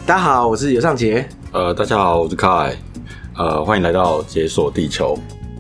大家好，我是尤尚杰。 大家好，我是凯。欢迎来到解锁地球。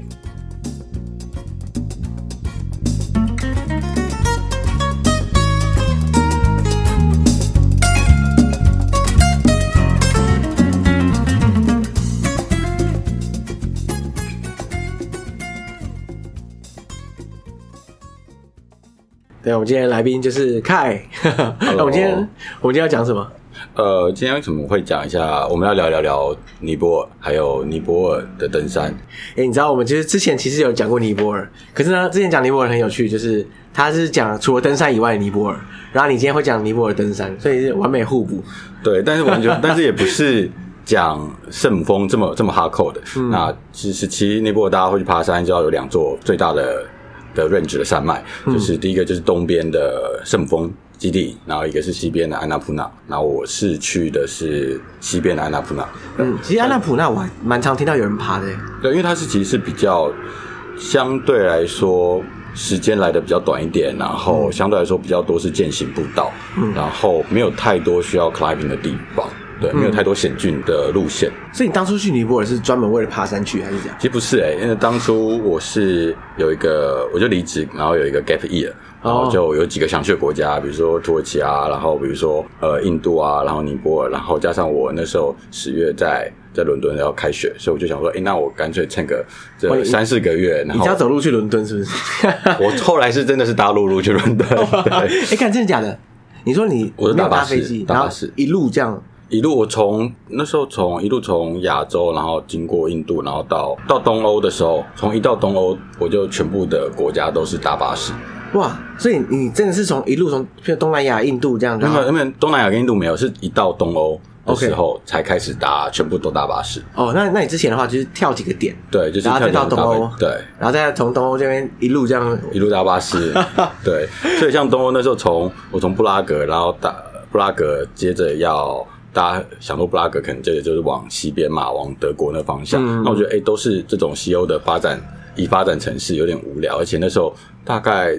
对，我们今天的来宾就是凯。那我们今天要讲什么？ 今天为什么会讲一下？我们要聊尼泊尔，还有尼泊尔的登山。 你知道我们之前其实有讲过尼泊尔，可是呢，之前讲尼泊尔很有趣，就是他是讲除了登山以外的尼泊尔，然后你今天会讲尼泊尔登山，所以是完美互补。 对，但是但是也不是讲圣母峰这么 hardcore 的。那其实尼泊尔大家会去爬山，就要有两座最大的range的山脉，就是第一个就是东边的圣母峰基地，然后一个是西边的安纳普纳，然后我是去的是西边的安纳普纳。 其实安纳普纳我还蛮常听到有人爬的。 对，因为它其实是比较相对来说时间来的比较短一点，然后相对来说比较多是健行步道，然后没有太多需要 climbing 的地方。对，没有太多险峻的路线。 所以你当初去尼泊尔是专门为了爬山去，还是这样？ 其实不是因为当初我是我就离职，然后有一个 gap year， 然后就有几个想去的国家，比如说土耳其啊，然后比如说印度啊，然后尼泊尔，然后加上我那时候10月在伦敦要开学，所以我就想说，那我干脆趁个这3-4个月，然后你要走路去伦敦是不是？ 我后来是真的是搭陆路去伦敦。 看真的假的？你说我是搭飞机，然后一路这样。 一路那时候一路从亚洲，然后经过印度，然后到东欧的时候，一到东欧我就全部的国家都是搭巴士。 哇，所以你真的是一路从东南亚、印度这样？ 没有，东南亚跟印度没有，是一到东欧的时候才开始全部都搭巴士。 那你之前的话就是跳几个点， 对，就是然后再到东欧， 对， 然后再从东欧这边一路搭巴士。对，所以像东欧那时候我从布拉格，然后布拉格接着大家想说布拉格可能就是往西边嘛，往德国那方向。那我觉得都是这种西欧的发展城市有点无聊，而且那时候大概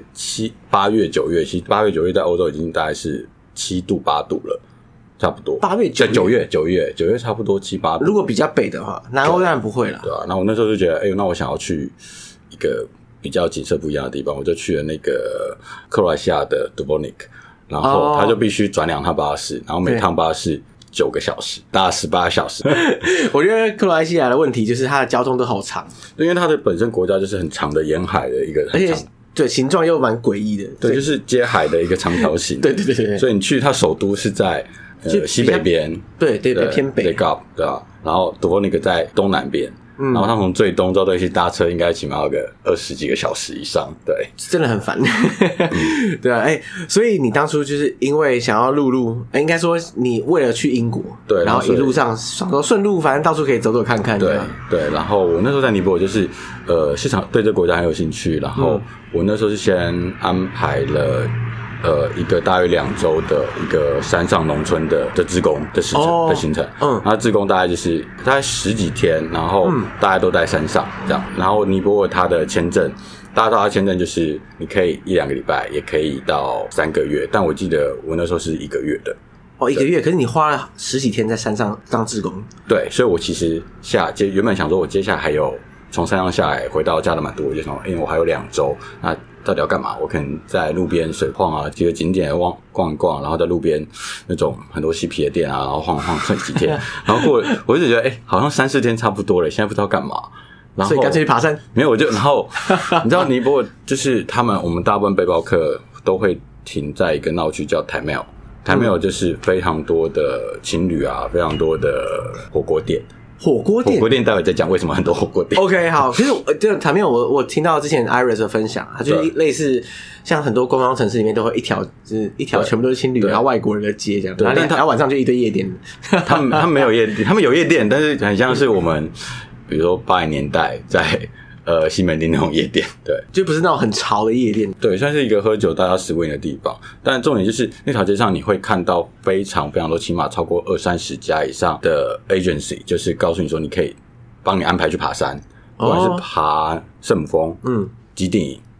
8月9月，其实8月9月在欧洲已经大概是7度8度了，差不多。 8月 9月差不多7、8度。 如果比较北的话，南欧当然不会啦。 对啊，那我那时候就觉得那我想要去一个比较景色不一样的地方，我就去了那个克罗埃西亚的 Dubrovnik， 然后他就必须转2趟巴士，然后每趟巴士9个小时，搭18小时。 我觉得克罗埃西亚的问题就是它的交通都好长， 因为它的本身国家就是很长的沿海的一个， 而且对形状又蛮诡异的， 对，就是接海的一个长条形。 对， 所以你去它首都是在西北边， 对偏北， 对吧？然后多尼克在东南边。然后他从最东到最西搭车应该起码要个20几个小时以上，对， 真的很烦。对啊，所以你当初就是因为想要陆路，应该说你为了去英国， 对， 然后一路上顺路，反正到处可以走走看看， 对。然后我那时候在尼泊尔就是市场对这个国家很有兴趣，然后我那时候是先安排了一个大约2周的一个山上农村的志工的行程，然后志工大概10几天，然后大家都在山上这样，然后尼泊尔它的签证，大家到它签证就是你可以1-2个礼拜，也可以到3个月，但我记得我那时候是1个月的。 1个月，可是你花了10几天在山上当志工。对， 所以我其实原本想说我接下来还有从山上下来回到加德满都，我就想因为我还有2周，那到底要干嘛？我可能在路边水晃啊，几个景点逛一逛，然后在路边那种很多嬉皮的店啊，然后晃剩几天，然后我就觉得好像3-4天差不多了，现在不知道干嘛，然后所以干脆去爬山。 没有，然后你知道尼泊尔就是我们大部分背包客都会停在一个闹区叫台梅尔就是非常多的情侣啊，非常多的火锅店。 火锅店待会再讲为什么很多火锅店。 OK， 好。其实这个台面我听到之前 Iris 的分享，它就是类似像很多观光城市里面都会一条全部都是情侣，然后外国人的街这样，然后晚上就一堆夜店。 他们没有夜店，他们有夜店，但是很像是我们比如说80年代在西门町那种夜店，对， 就不是那种很潮的夜店， 对，算是一个喝酒大家swing的地方。但重点就是那条街上你会看到非常非常多，起码超过20-30家以上的 agency， 就是告诉你说你可以帮你安排去爬山，不管是爬圣母峰、基地营，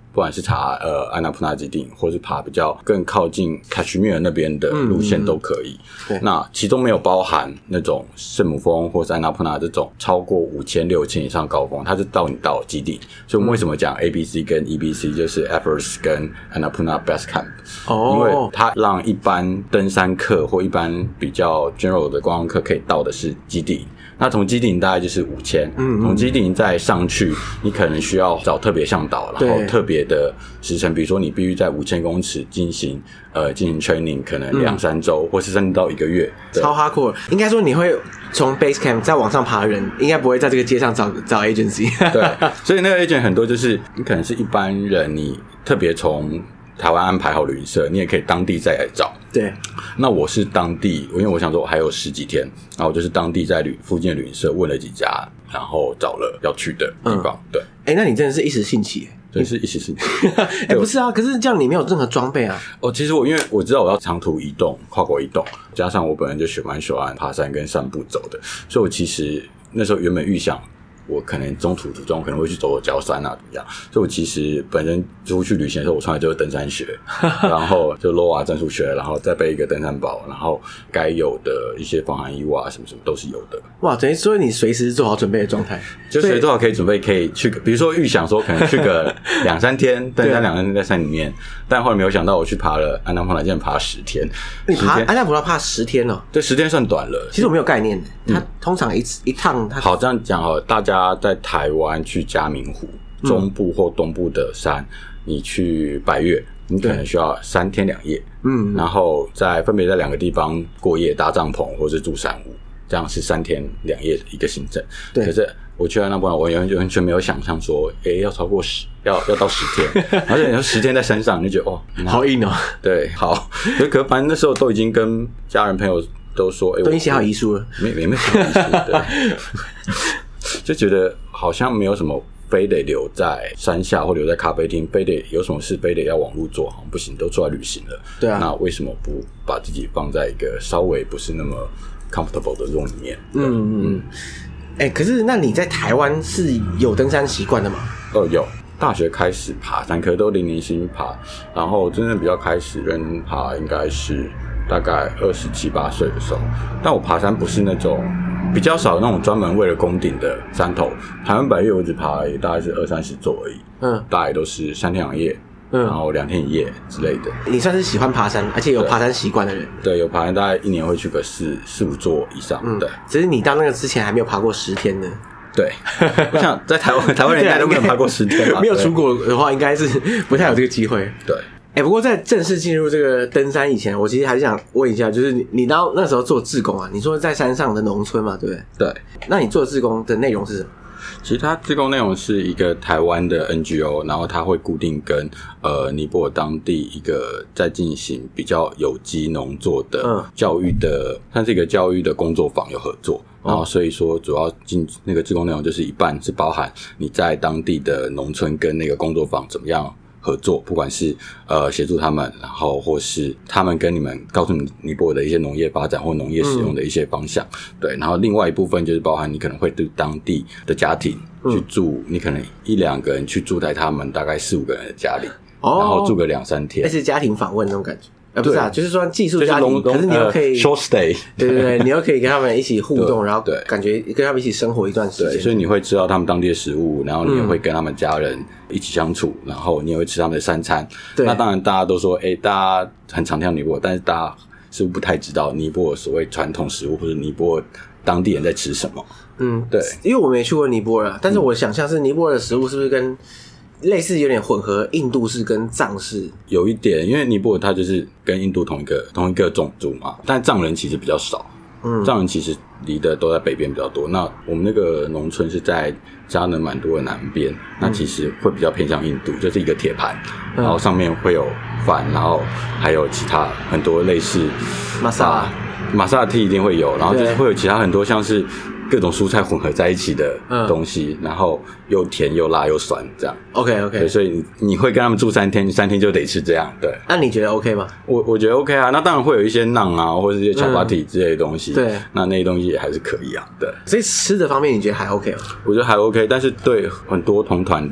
不管是查安纳普纳基地，或是爬比较更靠近卡什米尔那边的路线都可以。那其中没有包含那种圣母峰或是安纳普纳这种超过5000、6000以上高峰，它是到你到基地。所以我们为什么讲 ABC 跟 EBC 就是 Everest 跟 Annapurna Base Camp，因为它让一般登山客或一般比较 general 的观光客可以到的是基地。那从基地营大概就是5000，从基地营再上去，你可能需要找特别向导，然后特别的时程，比如说你必须在5000公尺进行 training， 可能2-3周，或是甚至到1个月。 超 hardcore， 应该说你会从 base camp 再往上爬的人，应该不会在这个街上找 agency。对， 所以那个 agent 很多就是你可能是一般人，你特别从台湾安排好旅社，你也可以当地再来找。 对， 那我是当地，因为我想说我还有10几天，然后我就是当地在附近的旅社问了几家，然后找了要去的地方。对， 那你真的是一时兴起， 真是一时兴起。 不是啊，可是这样你没有任何装备啊。 其实因为我知道我要长途移动、跨国移动，加上我本人就蛮喜欢爬山跟散步走的，所以我其实那时候原本预想，我可能中途中可能会去走郊山啊，怎么样？所以我其实本身出去旅行的时候，我从来就是登山鞋，然后就 LOA 证书鞋，然后再背一个登山包，然后该有的一些防寒衣袜什么都是有的。 哇，等于说你随时做好准备的状态， 就随时做好可以准备，可以去，比如说预想说可能去个2-3天，登山2-3天在山里面，但后来没有想到我去爬了安纳普纳，竟然爬了10天。 你爬安纳普纳爬10天哦？ 对，10天算短了。 其实我没有概念，它通常一趟它好这样讲哦，大家在台湾去嘉明湖中部或东部的山，你去百岳，你可能需要3天2夜，然后分别在2个地方过夜，搭帐篷或是住山屋，这样是3天2夜的一个行程。对，可是我去安纳普纳，我完全没有想象说，要超过要到10天，而且你说10天在山上，你就觉得好硬哦。 对，好，可反正那时候都已经跟家人朋友都说， 都已经写好遗书了， 没写好遗书，对。就觉得好像没有什么非得留在山下或留在咖啡厅，非得有什么事非得要网路做，好像不行，都出来旅行了。对啊，那为什么不把自己放在一个稍微不是那么 comfortable 的 zone 里面？ 可是那你在台湾是有登山习惯的吗？ 有，大学开始爬山，可是都零零星爬，然后真正比较开始认真爬应该是大概27、8岁的时候。但我爬山不是那种比较少那种专门为了攻顶的山头，台湾百岳我只爬大概是20-30座而已，大概都是3天2夜，然后2天1夜之类的。 你算是喜欢爬山，而且有爬山习惯的人。 对，有爬山，大概1年会去个4-5座以上。对， 只是你到那个之前还没有爬过10天呢。 对，我想在台湾人应该都没有爬过10天吧。 没有出国的话，应该是不太有这个机会。 对。 不过在正式进入这个登山以前，我其实还是想问一下，就是你到那时候做志工啊，你说在山上的农村嘛，对不对？对。那你做志工的内容是什么？ 其实它志工内容是一个台湾的 NGO， 然后它会固定跟尼泊尔当地一个在进行比较有机农作的教育的，算是一个教育的工作坊有合作。然后所以说主要进那个志工内容就是一半是包含你在当地的农村跟那个工作坊怎么样合作，不管是协助他们，然后或是他们跟你们告诉你尼泊尔的一些农业发展或农业使用的一些方向，对。然后另外一部分就是包含你可能会对当地的家庭去住，你可能1-2个人去住在他们大概4-5个人的家里，然后住个2-3天， 类似家庭访问那种感觉。不是啊，就是说寄宿家庭，可是你又可以 short stay， 对，你又可以跟他们一起互动，然后感觉跟他们一起生活一段时间， 所以你会吃到他们当地的食物，然后你也会跟他们家人一起相处，然后你也会吃他们的3餐。那当然大家都说，大家很常听到尼泊尔，但是大家是不太知道尼泊尔所谓传统食物或者尼泊尔当地人在吃什么。对， 因为我没去过尼泊尔，但是我想象是尼泊尔的食物是不是跟类似有点混合印度式跟藏式？ 有一点，因为尼泊尔它就是跟印度同一个种族嘛，但藏人其实比较少。藏人其实离的都在北边比较多。那我们那个农村是在加能满都的南边，那其实会比较偏向印度，就是一个铁盘，然后上面会有饭，然后还有其他很多类似玛莎蒂一定会有，然后就是会有其他很多像是各种蔬菜混合在一起的东西，然后又甜又辣又酸这样。 OK， 所以你会跟他们住3天，3天就得吃这样。对， 那你觉得 OK 吗？ 我觉得 OK 啊。那当然会有一些馕啊，或者一些巧巴体之类的东西。 对， 那些东西也还是可以啊。对， 所以吃的方面你觉得还 OK 吗？ 我觉得还 OK， 但是对很多同团的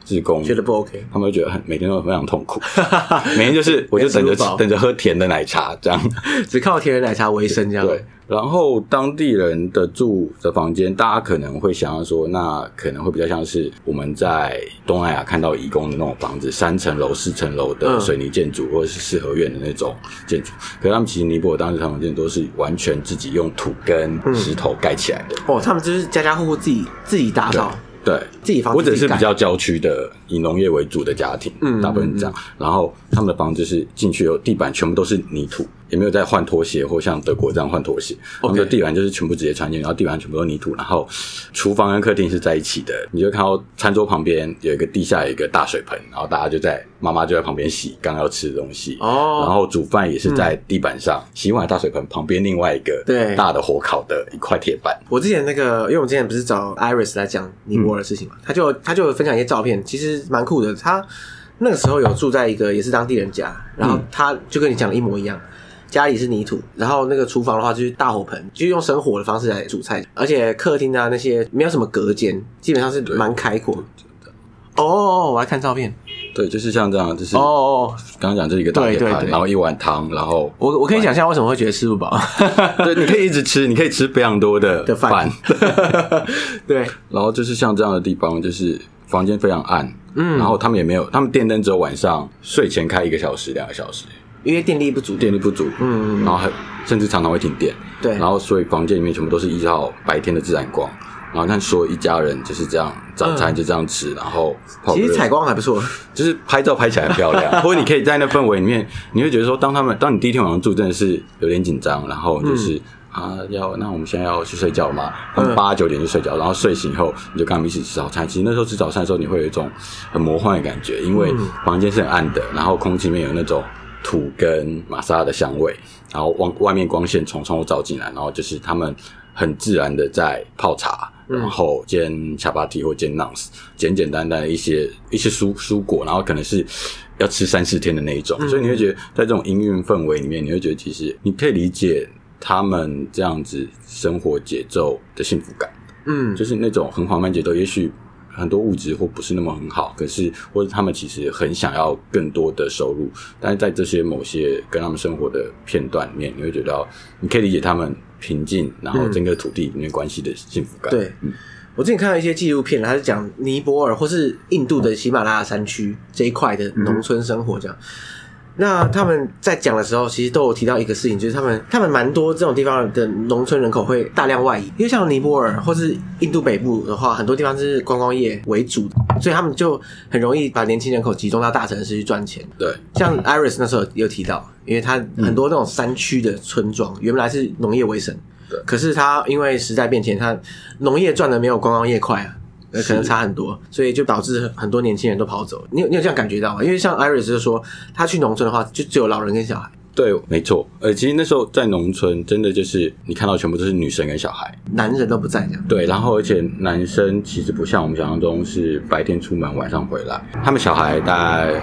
志工觉得不 OK， 他们会觉得每天都非常痛苦，每天就是我就等着喝甜的奶茶这样， 只靠甜的奶茶为生这样。 对，然后当地人的住的房间，大家可能会想要说，那可能会比较像是我们在东南亚看到移工的那种房子，3层楼、4层楼的水泥建筑，或者是四合院的那种建筑。可是他们其实尼泊尔当时他们建筑都是完全自己用土跟石头盖起来的。 他们就是家家户户自己打扫。 对， 自己房子或者是比较郊区的以农业为主的家庭，大部分这样。然后他们的房子是进去后地板全部都是泥土，也没有再换拖鞋或像德国这样换拖鞋。他们的地板就是全部直接穿进，然后地板全部都泥土，然后厨房跟客厅是在一起的。你就看到餐桌旁边有一个地下有一个大水盆，然后大家妈妈就在旁边洗刚要吃的东西。然后煮饭也是在地板上，洗碗大水盆旁边另外一个大的火烤的一块铁板。 我之前因为我们之前不是找 Iris 来讲尼泊尔的事情嘛，他就有分享一些照片，其实蛮酷的。他那个时候有住在一个也是当地人家，然后他就跟你讲的一模一样，家里是泥土，然后那个厨房的话就是大火盆，就是用生火的方式来煮菜，而且客厅啊那些没有什么隔间，基本上是蛮开阔的。我来看照片。 对，就是像这样，就是刚刚讲这一个大铁盘，然后一碗汤，然后我可以想象为什么会觉得吃不饱。 对，你可以一直吃，你可以吃非常多的饭。 对， 然后就是像这样的地方，就是房间非常暗，然后他们也没有，他们电灯只有晚上睡前开1个小时、2个小时， 因为电力不足， 然后甚至常常会停电。对，然后所以房间里面全部都是依照白天的自然光。然后看说一家人就是这样，早餐就这样吃，然后其实采光还不错，就是拍照拍起来很漂亮。或者你可以在那氛围里面，你会觉得说，当你第一天晚上住真的是有点紧张，然后就是那我们现在要去睡觉嘛？他们8、9点就睡觉，然后睡醒后你就跟他们一起吃早餐。其实那时候吃早餐的时候，你会有一种很魔幻的感觉，因为房间是很暗的，然后空气里面有那种土跟玛莎拉的香味，然后外面光线从窗户照进来，然后就是他们很自然的在泡茶，然后煎chapati或煎 naan， 简单的一些蔬果，然后可能是要吃3、4天的那一种，所以你会觉得在这种氤氲氛围里面，你会觉得其实你可以理解他们这样子生活节奏的幸福感。就是那种很缓慢节奏，也许很多物质或不是那么很好，可是或者他们其实很想要更多的收入，但是在这些某些跟他们生活的片段里面，你会觉得你可以理解他们平静，然后整个土地里面关系的幸福感。 对，我之前看到一些纪录片，它是讲尼泊尔或是印度的喜马拉雅山区这一块的农村生活这样。那他们在讲的时候，其实都有提到一个事情，就是他们蛮多这种地方的农村人口会大量外移，因为像尼泊尔或是印度北部的话，很多地方是观光业为主的，所以他们就很容易把年轻人口集中到大城市去赚钱。 对， 像 Iris 那时候有提到，因为他很多那种山区的村庄原来是农业为生，可是他因为时代变迁，他农业赚的没有观光业快啊。可能差很多，所以就导致很多年轻人都跑走了。你有这样感觉到吗？因为像 Iris 就说，他去农村的话，就只有老人跟小孩。 对，没错。其实那时候在农村，真的就是你看到全部都是女生跟小孩， 男人都不在这样。 对，然后而且男生其实不像我们想象中是白天出门晚上回来，他们小孩大概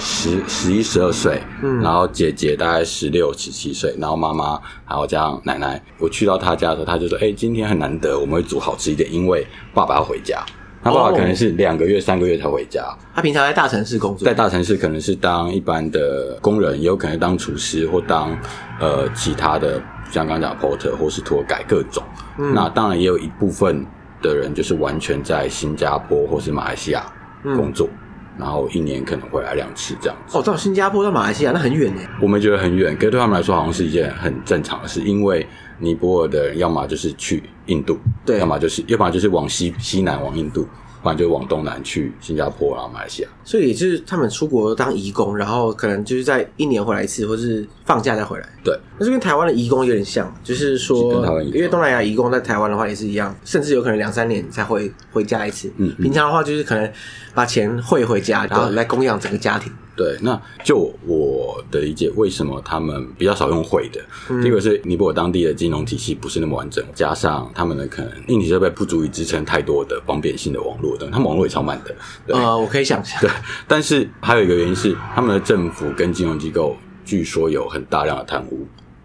11、12岁，然后姐姐大概16、17岁，然后妈妈还有加上奶奶。我去到他家的时候，他就说：“今天很难得，我们会煮好吃一点，因为爸爸要回家。”他爸爸可能是2个月、3个月才回家。 他平常在大城市工作， 在大城市可能是当一般的工人，也有可能当厨师或当其他的，像刚刚讲 porter 或是托改各种。那当然也有一部分的人就是完全在新加坡或是马来西亚工作，然后1年可能回来2次这样子。 到新加坡到马来西亚那很远耶。 我们觉得很远，可是对他们来说好像是一件很正常的事，因为尼泊尔的人要么就是去印度，对，要么就是往西南往印度，不然就往东南去新加坡，然后马来西亚。 所以也就是他们出国当移工，然后可能就是在1年回来一次，或是放假再回来。 对， 那就跟台湾的移工有点像，就是说，因为东南亚移工在台湾的话也是一样，甚至有可能2、3年才回家一次。平常的话就是可能把钱汇回家，然后来供养整个家庭。 对，那就我的理解，为什么他们比较少用汇的？第一个是尼泊尔当地的金融体系不是那么完整，加上他们的可能硬体设备不足以支撑太多的方便性的网络的，他们网络也超慢的。对， 我可以想象。 对，但是还有一个原因是，他们的政府跟金融机构据说有很大量的贪污。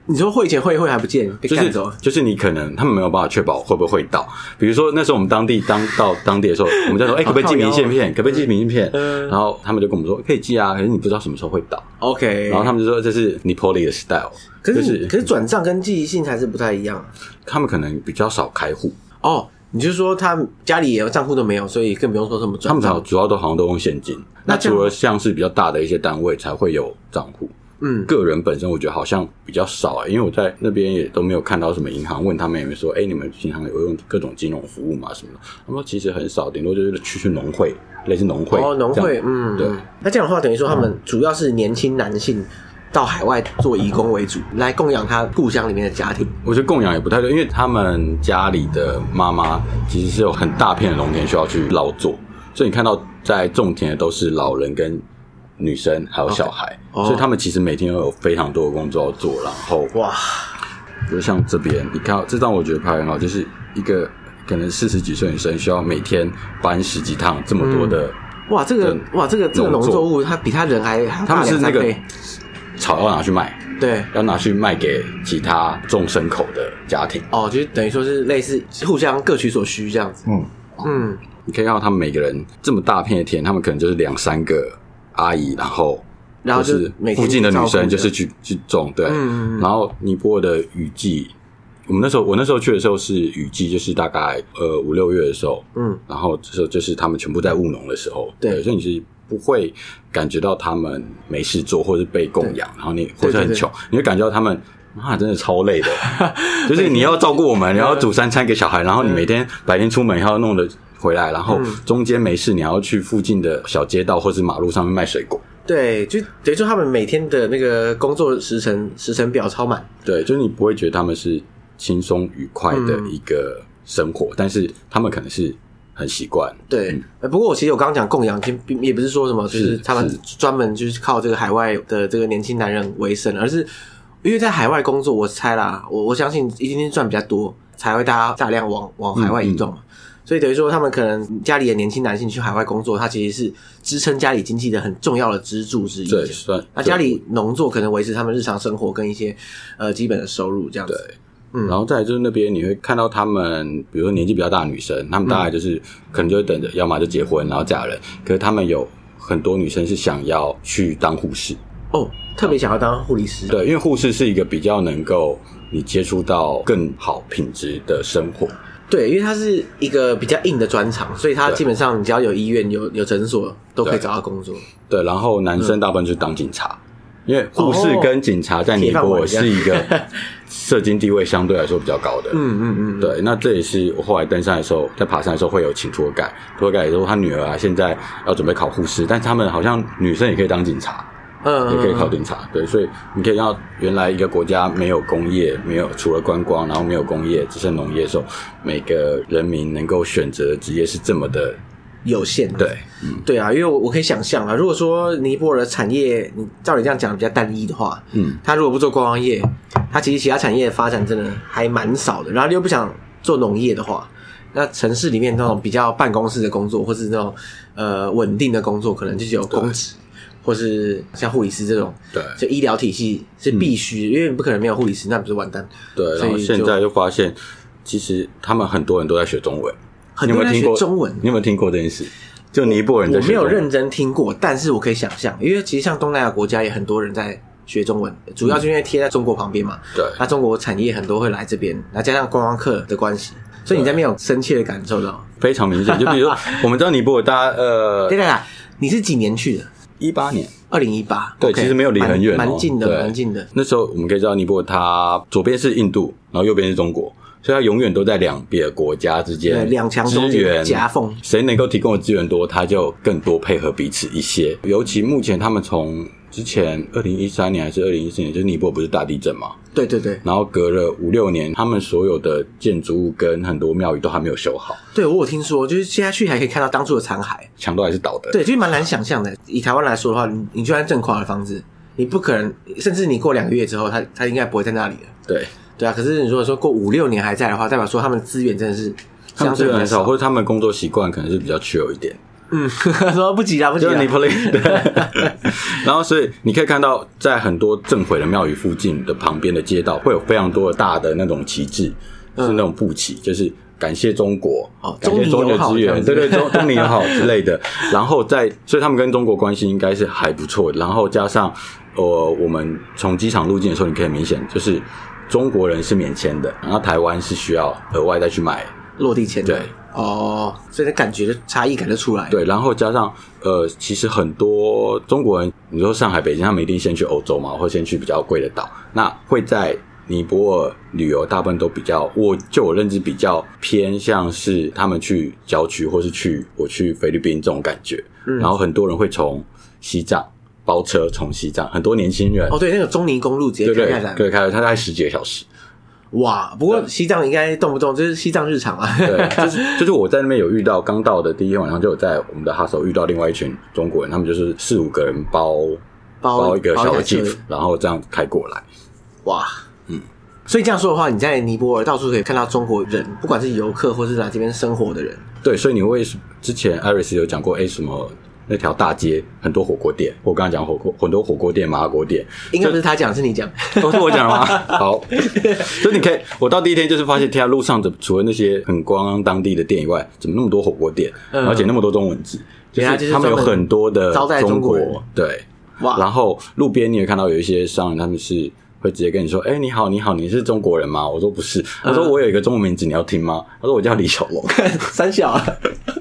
你说汇钱汇还不见被赶走， 就是你可能他们没有办法确保会不会汇到。比如说那时候我们到当地的时候，我们在说，可不可以寄明信片？可不可以寄明信片？然后他们就跟我们说可以寄啊，可是你不知道什么时候会到。 OK， 然后他们就说这是 Nepali 的 style。可是转账跟寄信还是不太一样。 他们可能比较少开户。 哦，你就说他家里也有账户都没有，所以更不用说什么转账。 他们主要好像都用现金。那除了像是比较大的一些单位才会有账户。个人本身我觉得好像比较少因为我在那边也都没有看到什么银行问他们有没有说你们银行有用各种金融服务嘛什么的，他们说其实很少，顶多就是去农会，类似农会。 农会对。那这样的话等于说他们主要是年轻男性到海外做移工为主，来供养他故乡里面的家庭。 我觉得供养也不太对，因为他们家里的妈妈其实是有很大片的农田需要去劳作，所以你看到在种田的都是老人跟女生还有小孩，所以他们其实每天都有非常多的工作要做。然后哇，就像这边你看，这张我觉得拍很好，就是一个可能40几岁女生需要每天搬10几趟这么多的。这个农作物， 它比他人还他们是那个草要拿去卖， 对， 要拿去卖给其他种牲口的家庭。 就是等于说是类似互相各取所需这样子。 你可以看到他们每个人这么大片的田，他们可能就是2-3个阿姨，然后就是附近的女生就是去种，对。然后尼泊尔的雨季，我那时候去的时候是雨季，就是大概5-6月的时候，然后这时候就是他们全部在务农的时候，对，所以你是不会感觉到他们没事做或是被供养，然后你或者很穷，你会感觉到他们真的超累的，就是你要照顾我们，你要煮3餐给小孩，然后你每天白天出门还要弄得回来，然后中间没事你要去附近的小街道或是马路上面卖水果。 对，就等于说他们每天的那个工作时程表超满。对， 就是你不会觉得他们是轻松愉快的一个生活，但是他们可能是很习惯。 对，不过其实我刚刚讲供养，也不是说什么就是他们专门就是靠这个海外的这个年轻男人为生，而是因为在海外工作，我猜啦，我相信一定是赚比较多，才会大量往海外移动嘛。所以等于说他们可能家里的年轻男性去海外工作，他其实是支撑家里经济的很重要的支柱之一。对，算。那家里农作可能维持他们日常生活跟一些基本的收入这样子。 对。然后再来就是那边你会看到他们，比如说年纪比较大的女生，他们大概就是可能就会等着，要么就结婚然后嫁人。可是他们有很多女生是想要去当护士。 特别想要当护理师。 对，因为护士是一个比较能够你接触到更好品质的生活。 对，因为它是一个比较硬的专长，所以它基本上你只要有医院有诊所都可以找到工作。对， 然后男生大部分就是当警察，因为护士跟警察在尼泊尔是一个社经地位相对来说比较高的。对，那这也是我后来登山的时候，在爬山的时候会有请托盖也说他女儿现在要准备考护士，但他们好像女生也可以当警察。也可以考警察。对，所以你可以看到原来一个国家没有工业，没有除了观光然后没有工业，只剩农业的时候，每个人民能够选择的职业是这么的有限。 对， 对啊，因为我可以想象啊，如果说尼泊尔的产业你照你这样讲比较单一的话，他如果不做观光业，他其实其他产业的发展真的还蛮少的，然后又不想做农业的话，那城市里面那种比较办公室的工作或是那种稳定的工作，可能就只有公职或是像护理师这种，对，就医疗体系是必须因为你不可能没有护理师，那不是完蛋。 对，然后现在就发现其实他们很多人都在学中文。 很多人在学中文。 你有没有听过这件事？就尼泊尔人在学中文。 我没有认真听过，但是我可以想象，因为其实像东南亚国家也很多人在学中文，主要是因为贴在中国旁边嘛。对，那中国产业很多会来这边，那加上观光客的关系，所以你在那边有深切的感受到。 非常明显，就比如说我们知道尼泊尔，大家对，你是几年去的 ？18年 ，2018。 对，其实没有离很远， 蛮近的，蛮近的。 那时候我们可以知道尼泊尔，它左边是印度，然后右边是中国，所以它永远都在两边国家之间两强中间夹缝， 谁能够提供的资源多，它就更多配合彼此一些。尤其目前他们从之前2013年还是2014年，就是尼泊尔不是大地震嘛？对对对。然后隔了5-6年，他们所有的建筑物跟很多庙宇都还没有修好。对，我有听说，就是现在去还可以看到当初的残骸，墙都还是倒的。对，就是蛮难想象的。以台湾来说的话，你就算正垮的房子，你不可能，甚至你过2个月之后，它应该不会在那里了。对对啊，可是你如果说过5-6年还在的话，代表说他们资源真的是相对比较少，或者他们工作习惯可能是比较 chill 一点。 说不急啦，不急啦， 就是尼泊利对。然后所以你可以看到，在很多震毁的庙宇附近的旁边的街道，会有非常多的大的那种旗帜，是那种布旗，就是感谢中国，感谢中国的资源，对，中尼友好之类的。然后所以他们跟中国关系应该是还不错的。然后加上我们从机场入境的时候，你可以明显就是中国人是免签的，然后台湾是需要额外再去买落地签的。 对。 所以那感觉差异感就出来了。 对，然后加上其实很多中国人，你说上海、北京，他们一定先去欧洲嘛，或先去比较贵的岛，那会在尼泊尔旅游，大部分都比较，我认知比较偏向是他们去郊区，或是去菲律宾这种感觉。然后很多人会从西藏包车从西藏，很多年轻人对，那个中尼公路直接开开来， 对，开它大概10几个小时。 哇！不过西藏应该动不动就是西藏日常啊。 对，就是我在那边有遇到，刚到的第一天晚上就有在我们的哈手遇到另外一群中国人，他们就是4-5个人包一个小的 Jeep， 然后这样开过来。 哇，所以这样说的话，你在尼泊尔到处可以看到中国人，不管是游客或是来这边生活的人。 对，所以你会之前 Iris 有讲过，什么？那条大街很多火锅店，我刚才讲很多火锅店、麻辣锅店， 应该不是他讲，是你讲， 都是我讲的吗？好，所以你可以，我到第一天就是发现，天啊，路上除了那些很观光当地的店以外，怎么那么多火锅店，而且那么多中文字，就是他们有很多的招待中国人， 对， 哇， 然后路边你也看到有一些商人，他们是会直接跟你说，你好，你是中国人吗？我说不是，他说我有一个中文名字，你要听吗？他说我叫李小龙， 三小啊。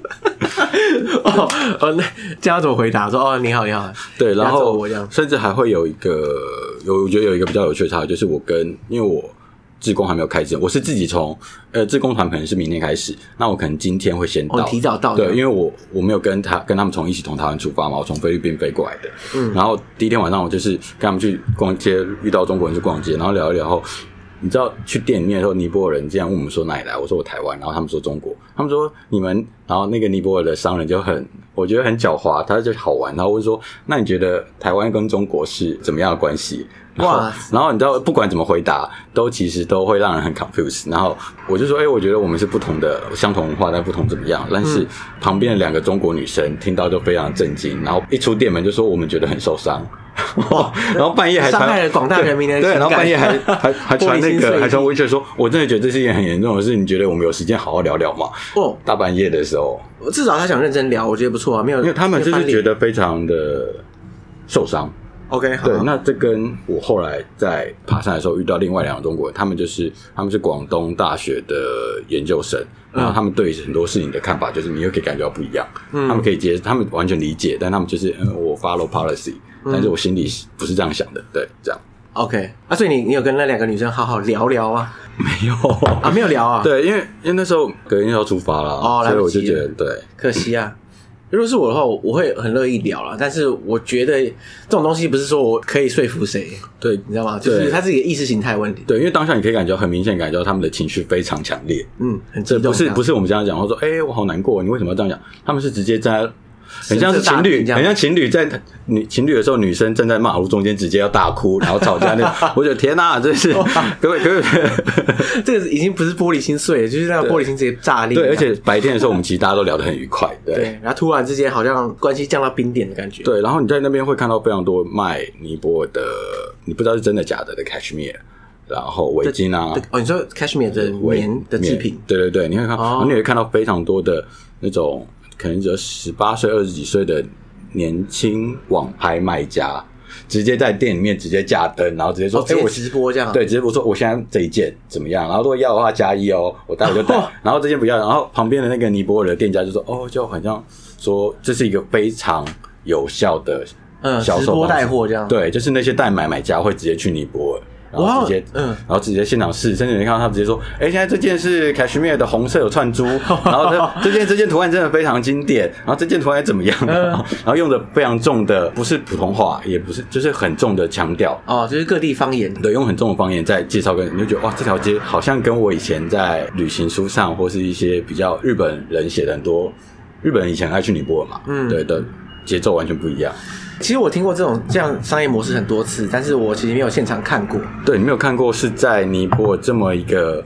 那这样要怎么回答？说你好。 对，然后甚至还会有一个，我觉得有一个比较有趣的差异，就是因为我志工还没有开始，我是自己从志工团可能是明天开始，那我可能今天会先到， 提早到， 对，因为我没有跟他们从台湾出发嘛，我从菲律宾飞过来的，然后第一天晚上我就是跟他们去逛街，遇到中国人去逛街，然后聊一聊后。你知道去店里面的时候，尼泊尔人这样问我们说哪里来，我说我台湾，然后他们说中国，他们说你们，然后那个尼泊尔的商人就我觉得很狡猾，他就好玩，然后我就说那你觉得台湾跟中国是怎么样的关系？哇！然后你知道不管怎么回答，其实都会让人很 confused。然后我就说，我觉得我们是不同的相同文化，但不同怎么样？但是旁边的2个中国女生听到就非常震惊，然后一出店门就说我们觉得很受伤。哇！然后半夜还伤害了广大人民的对，然后半夜还传还传微信说，我真的觉得这是一件很严重的事，你觉得我们有时间好好聊聊吗？大半夜的时候， 至少他想认真聊，我觉得不错啊，没有， 因为他们就是觉得非常的受伤。 OK， 好。 对，那这跟我后来在爬山的时候遇到另外2个中国人，他们是广东大学的研究生，然后他们对很多事情的看法就是你又可以感觉到不一样，他们可以他们完全理解，但他们就是我 follow policy，但是我心里不是这样想的，对，这样。 OK， 所以你有跟那2个女生好好聊聊啊？ 没有啊，没有聊啊？ 对，因为那时候隔天要出发了，所以我就觉得对， 可惜啊。如果是我的话，我会很乐意聊啦，但是我觉得这种东西不是说我可以说服谁， 对， 你知道吗？就是它是一个意识形态问题。 对，因为当下你可以感觉到很明显感觉到他们的情绪非常强烈， 很激动。 不是我们这样讲，我说我好难过，你为什么要这样讲？他们是直接在。很像是情侣，很像情侣情侣的时候，女生站在马路中间直接要大哭，然后吵架那我觉得天哪，这是各位， 这个已经不是玻璃心碎了，就是那个玻璃心直接炸裂。 对，而且白天的时候我们其实大家都聊得很愉快， 对，然后突然之间好像关系降到冰点的感觉。 对，然后你在那边会看到非常多卖尼泊尔的，你不知道是真的假的cashmere，然后围巾啊， 你说 cashmere 的棉的制品， 对，你会看，然后你会看到非常多的那种。可能只有18岁、20几岁的年轻网拍卖家，直接在店里面直接架灯，然后直接说：“ 我直播这样。” 对，直接我说我现在这一件怎么样？然后如果要的话加1哦，我待会就带。然后这件不要，然后旁边的那个尼泊尔的店家就说：“就好像说这是一个非常有效的销售直播带货这样。” 对，就是那些代买家会直接去尼泊尔。然后直接，然后直接现场试，甚至你看到他直接说：“现在这件是 cashmere 的红色有串珠，然后这件图案真的非常经典，然后这件图案怎么样？然后用的非常重的，不是普通话，也不是，就是很重的强调就是各地方言， 对，用很重的方言在介绍，你就觉得哇，这条街好像跟我以前在旅行书上或是一些比较日本人写的很多，日本人以前爱去尼泊尔嘛，对的节奏完全不一样。” 其实我听过这样商业模式很多次，但是我其实没有现场看过。 对，你没有看过是在尼泊尔这么一个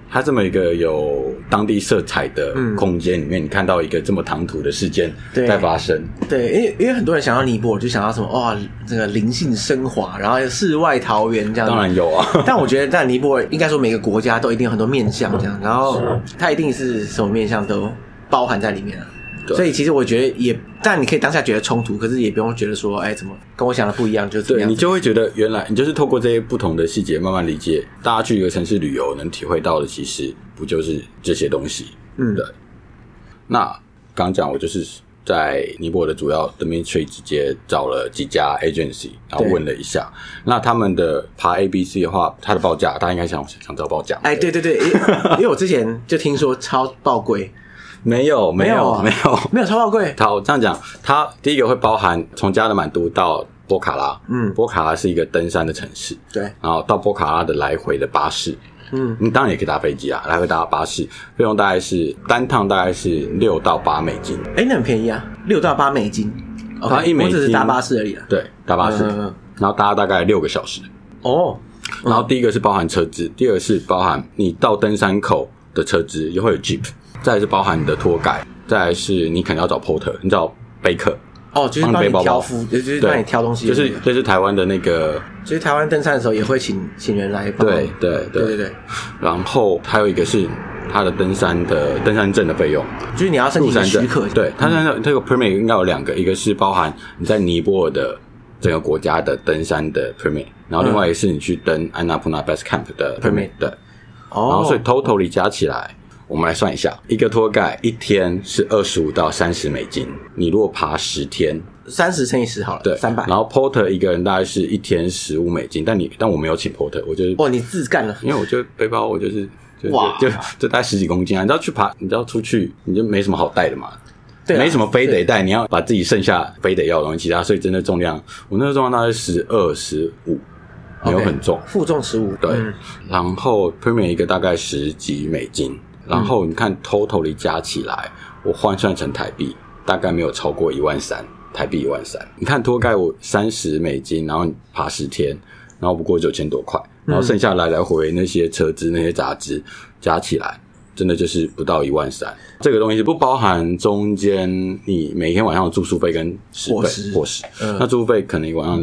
它这么一个有当地色彩的空间里面，你看到一个这么唐突的事件在发生。 对，因为很多人想到尼泊尔就想到什么哇，这个灵性升华，然后世外桃源这样子。 当然有啊， 但我觉得在尼泊尔应该说每个国家都一定有很多面向这样，然后它一定是什么面向都包含在里面啊。所以其实我觉得也，但你可以当下觉得冲突，可是也不用觉得说，怎么跟我想的不一样，就怎么样。 对，你就会觉得原来你就是透过这些不同的细节慢慢理解，大家去一个城市旅游能体会到的，其实不就是这些东西？对。那刚刚讲我就是在尼泊尔的主要 Dimitri 直接找了几家 agency， 然后问了一下，那他们的爬 ABC 的话，它的报价大家应该想知道报价。 对，因为我之前就听说超爆贵。 没有超爆贵。 好，这样讲，它第一个会包含从加德满都到波卡拉，波卡拉是一个登山的城市， 对， 然后到波卡拉的来回的巴士，你当然也可以搭飞机啊，来回搭巴士，费用大概是单趟大概是$6到8。 那很便宜啊，$6到8。 它$1， 我只是搭巴士而已啊。 对，搭巴士，然后搭大概6个小时。然后第一个是包含车资，第二个是包含你到登山口的车资，也会有 Jeep。再来是包含你的托改，再来是你可能要找 porter， 你找背客， 就是帮你挑夫，就是帮你挑东西， 就是台湾的那个， 就是台湾登山的时候也会请人来帮。对。 然后还有一个是他的登山证的费用， 就是你要申请许可。 对，他这个 permit 应该有2个，一个是包含你在尼泊尔的整个国家的登山的 permit， 然后另外一个是你去登安纳普纳 Base Camp 的 permit。对，然后所以 totally 加起来。我们来算一下，一个托盖一天是$25到$30，你如果爬10天 ，30乘以10好了，对，300。 然后 porter 一个人大概是一天$15，但我没有请 porter， 我就是你自干了， 因为我就背包我就带10几公斤啊，你知道去爬，你知道出去你就没什么好带的嘛，对，没什么非得带，你要把自己剩下非得要的东西，其他所以真的重量，我那个重量大概12、15。没有很重， 负重15， 对，然后 permit 一个大概$10几。然后你看 totally 加起来，我换算成台币大概没有超过13000台币13000。你看托盖我$30，然后你爬10天，然后不过9000多块，然后剩下来来回那些车资那些杂支加起来，真的就是不到13000。这个东西不包含中间你每天晚上的住宿费跟伙食，那住宿费可能一个晚上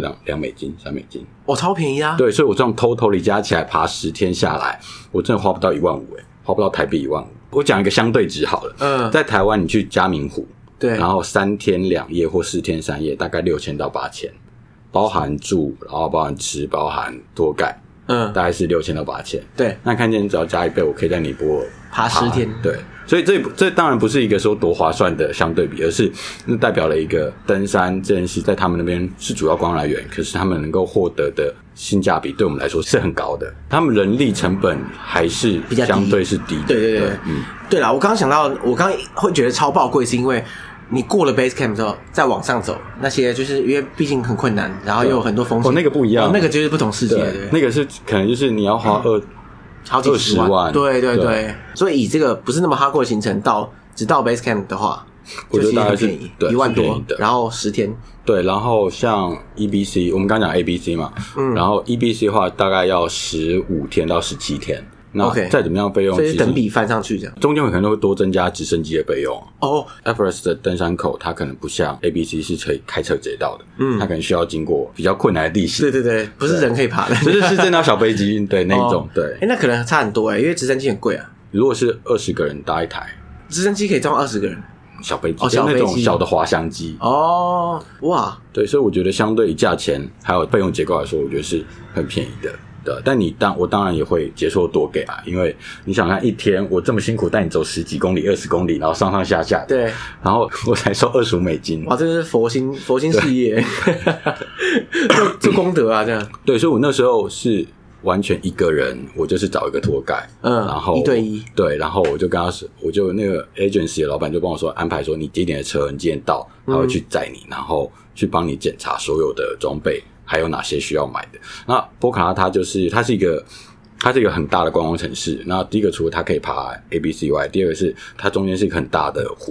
$2、$3。 超便宜啊！ 对，所以我这样 totally 加起来爬10天下来，我真的花不到15000花不到台币15000。我讲一个相对值好了，在台湾你去嘉明湖，对，然后3天2夜或4天3夜，大概6000到8000，包含住，然后包含吃，包含托盖，大概是6000到8000。对，那看见只要加1倍，我可以在尼泊尔爬10天。 对，所以这当然不是一个说多划算的相对比，而是那代表了一个登山这件事在他们那边是主要光来源，可是他们能够获得的性价比对我们来说是很高的，他们人力成本还是相对是低的。 对，对啦，我刚刚想到，我刚刚会觉得超爆贵，是因为你过了 base camp 之后再往上走，那些就是因为毕竟很困难，然后又有很多风险。 那个不一样， 那个就是不同世界。对， 那个是可能就是你要花好几10万。对，所以以这个不是那么哈过的行程直到 base camp 的话， 我觉得大概是 1万多，然后10天。 对，然后像 EBC， 我们刚讲 ABC 嘛，然后 EBC 的话大概要15天到17天。那再怎么样费用， 所以等比翻上去这样， 中间可能会多增加直升机的费用。Everest 的登山口它可能不像 ABC 是可以开车直接到的，它可能需要经过比较困难的地形。 对，不是人可以爬的， 是真的要小飞机，对那一种。对， 那可能差很多因为直升机很贵啊。 如果是20个人搭一台， 直升机可以装20个人。 小飞机，那种小的滑翔机。 哇， 对，所以我觉得相对于价钱还有费用结构来说，我觉得是很便宜的。但我当然也会接受多给啊，因为你想看一天我这么辛苦带你走10几公里、20公里，然后上上下下，对，然后我才收$25。 哇，这是佛心事业，做功德啊，这样。 对，所以我那时候是完全一个人，我就是找一个托盖，然后1对1，对，然后我就跟他说，我就那个 agency 的老板就帮我说安排说你几点的车，你几点到，他会去载你，然后去帮你检查所有的装备。还有哪些需要买的？那波卡拉它是一个很大的观光城市。那第一个除了它可以爬 ABC 外，第二个是它中间是一个很大的湖，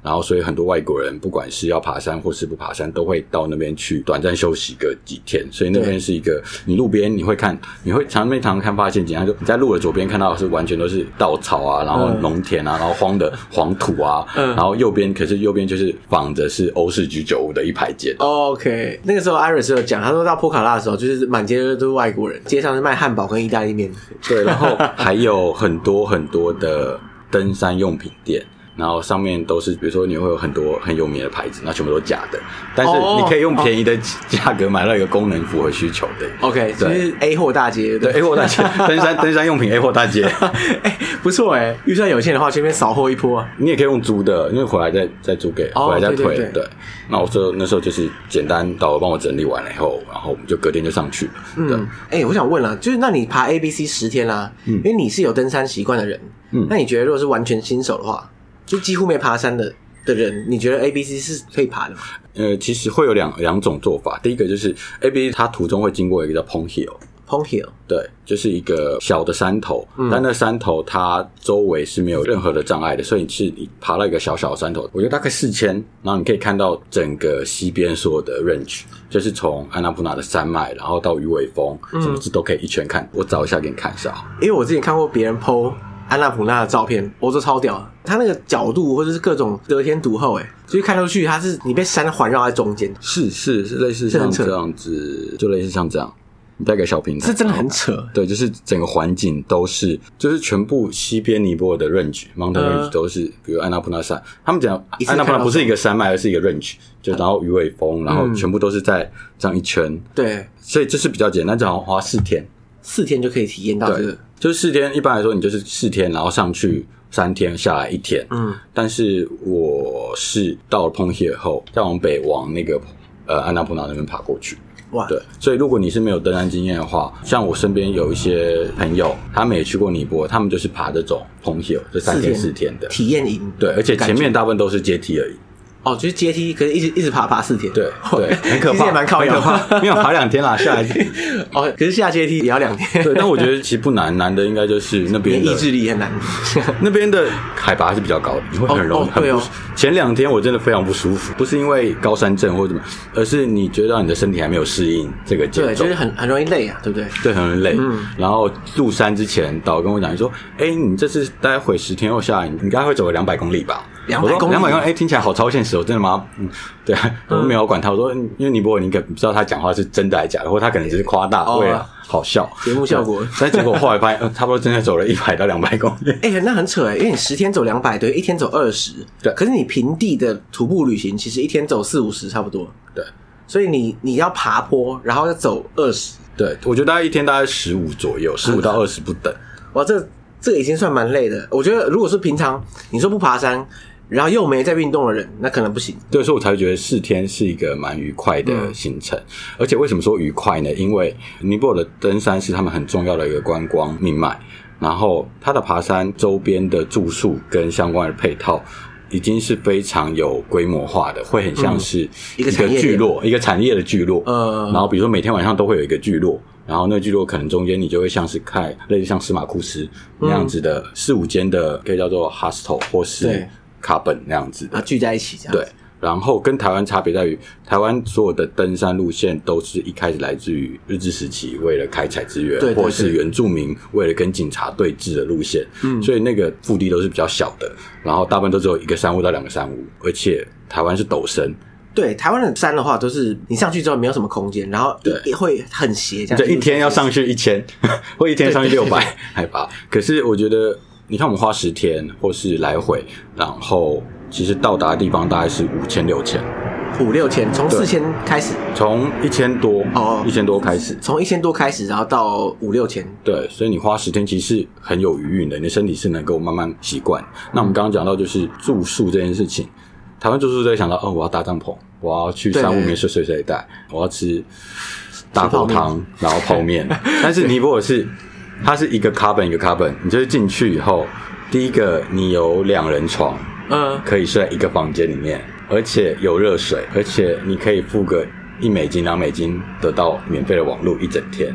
然后所以很多外国人不管是要爬山或是不爬山都会到那边去短暂休息个几天，所以那边是一个你路边你会常看发现景象，就你在路的左边看到的是完全都是稻草啊，然后农田啊，然后荒的黄土啊，然后右边就是仿着是欧式居酒屋的一排街。 OK， 那个时候 Iris 有讲，他说到波卡拉的时候就是满街都是外国人，街上是卖汉堡跟意大利面。 对，然后还有很多很多的登山用品店，然后上面都是比如说你会有很多很有名的牌子，那全部都假的，但是你可以用便宜的价格买到一个功能符合需求的。 OK， 就是 A 货大街。 对 A 货大街，登山用品 A 货大街。 不错预算有限的话，这边扫货一波啊。 你也可以用租的，因为回来再租给回来再退。对，那那时候就是简单导游帮我整理完了以后，然后我们就隔天就上去了。 我想问了，就是那你爬 ABC 10天啦，因为你是有登山习惯的人，那你觉得如果是完全新手的话，就几乎没爬山的人，你觉得 ABC 是可以爬的吗？ 其实会有两种做法。第一个就是 ABC 它途中会经过一个叫 Pong Hill， 对，就是一个小的山头，但那山头它周围是没有任何的障碍的，所以你爬到一个小小的山头，我觉得大概4000，然后你可以看到整个西边所有的 range， 就是从安纳普纳的山脉，然后到鱼尾峰，什么都可以一圈看。我找一下给你看一下。 因为我之前看过别人 po 安纳普纳的照片，我都超屌的，他那个角度或者是各种得天独厚，就是看出去你被山环绕在中间， 是类似像这样子，就类似像这样。你带个小平台， 这真的很扯。 对，就是整个环境都是，就是全部西边尼泊尔的 range、mountain range 都是，比如安纳普纳山，他们讲安纳普纳不是一个山脉，而是一个 range， 就然后鱼尾峰，然后全部都是在这样一圈。 对， 所以这是比较简单，只要花4天 ，4天就可以体验到这个。 就是4天，一般来说你就是4天，然后上去3天，下来1天。但是我是到了 Pong Hill 后，再往北往那个安纳普纳那边爬过去。 哇， 对，所以如果你是没有登山经验的话，像我身边有一些朋友，他们也去过尼泊尔，他们就是爬这种 Pong Hill， 这3天4天的体验营。对， 而且前面大部分都是阶梯而已。 就是阶梯，可是一直爬4天。 对，很可怕， 其实也蛮靠腰， 没有爬2天啦，下来。 可是下阶梯也要2天。 对，但我觉得其实不难，难的应该就是那边的意志力很难。 那边的海拔是比较高的，你会很容易前2天我真的非常不舒服，不是因为高山症或者什么，而是你觉得你的身体还没有适应这个节奏。 对，就是很容易累啊，对不对？ 对，很容易累。然后入山之前，导游跟我讲说：“你这次待会10天后下来，你应该会走个200公里吧？”200公里，听起来好超现实哦，真的吗？对，我没有管他，我说因为尼泊尔你可能不知道他讲话是真的还是假的，或者他可能只是夸大为了好笑节目效果。 但结果后来发现，差不多真的走了100到200公里。 那很扯因为你10天走200，对，1天走20。对，可是你平地的徒步旅行，其实1天走40-50差不多。 对， 所以你要爬坡，然后要走20。 对，我觉得大概1天大概15左右，15到20不等。 哇，这个已经算蛮累的。我觉得如果是平常你说不爬山，然后又没在运动的人，那可能不行。 对，所以我才觉得4天是一个蛮愉快的行程。而且为什么说愉快呢？因为尼泊尔的登山是他们很重要的一个观光命脉，然后它的爬山周边的住宿跟相关的配套已经是非常有规模化的，会很像是一个聚落，一个产业的聚落。然后比如说每天晚上都会有一个聚落，然后那个聚落可能中间你就会像是看类似像司马库斯那样子的4-5间的，可以叫做 hostel 或是卡本那样子的聚在一起这样。 对，然后跟台湾差别在于，台湾所有的登山路线都是一开始来自于日治时期为了开采资源，或是原住民为了跟警察对峙的路线。所以那个腹地都是比较小的，然后大部分都只有1个山屋到2个山屋，而且台湾是陡升。 对，台湾的山的话都是你上去之后没有什么空间，然后会很斜这样。 对，1天要上去1000，或1天上去600海拔。可是我觉得你看我们花10天或是来回，然后其实到达的地方大概是5000-6000 ，5-6千，从4000开始， 从1000多1000多开始， 从1000多开始，然后到5-6千。 对，所以你花10天其实是很有余韵的，你的身体是能够慢慢习惯。那我们刚刚讲到就是住宿这件事情，台湾住宿都会想到我要搭帐篷，我要去山屋里面睡袋，我要吃大锅汤，然后泡面。但是尼泊尔它是一个 cabin 一个 cabin， 你就是进去以后，第一个你有2人床，可以睡在一个房间里面，而且有热水，而且你可以付个$1、$2得到免费的网络1整天。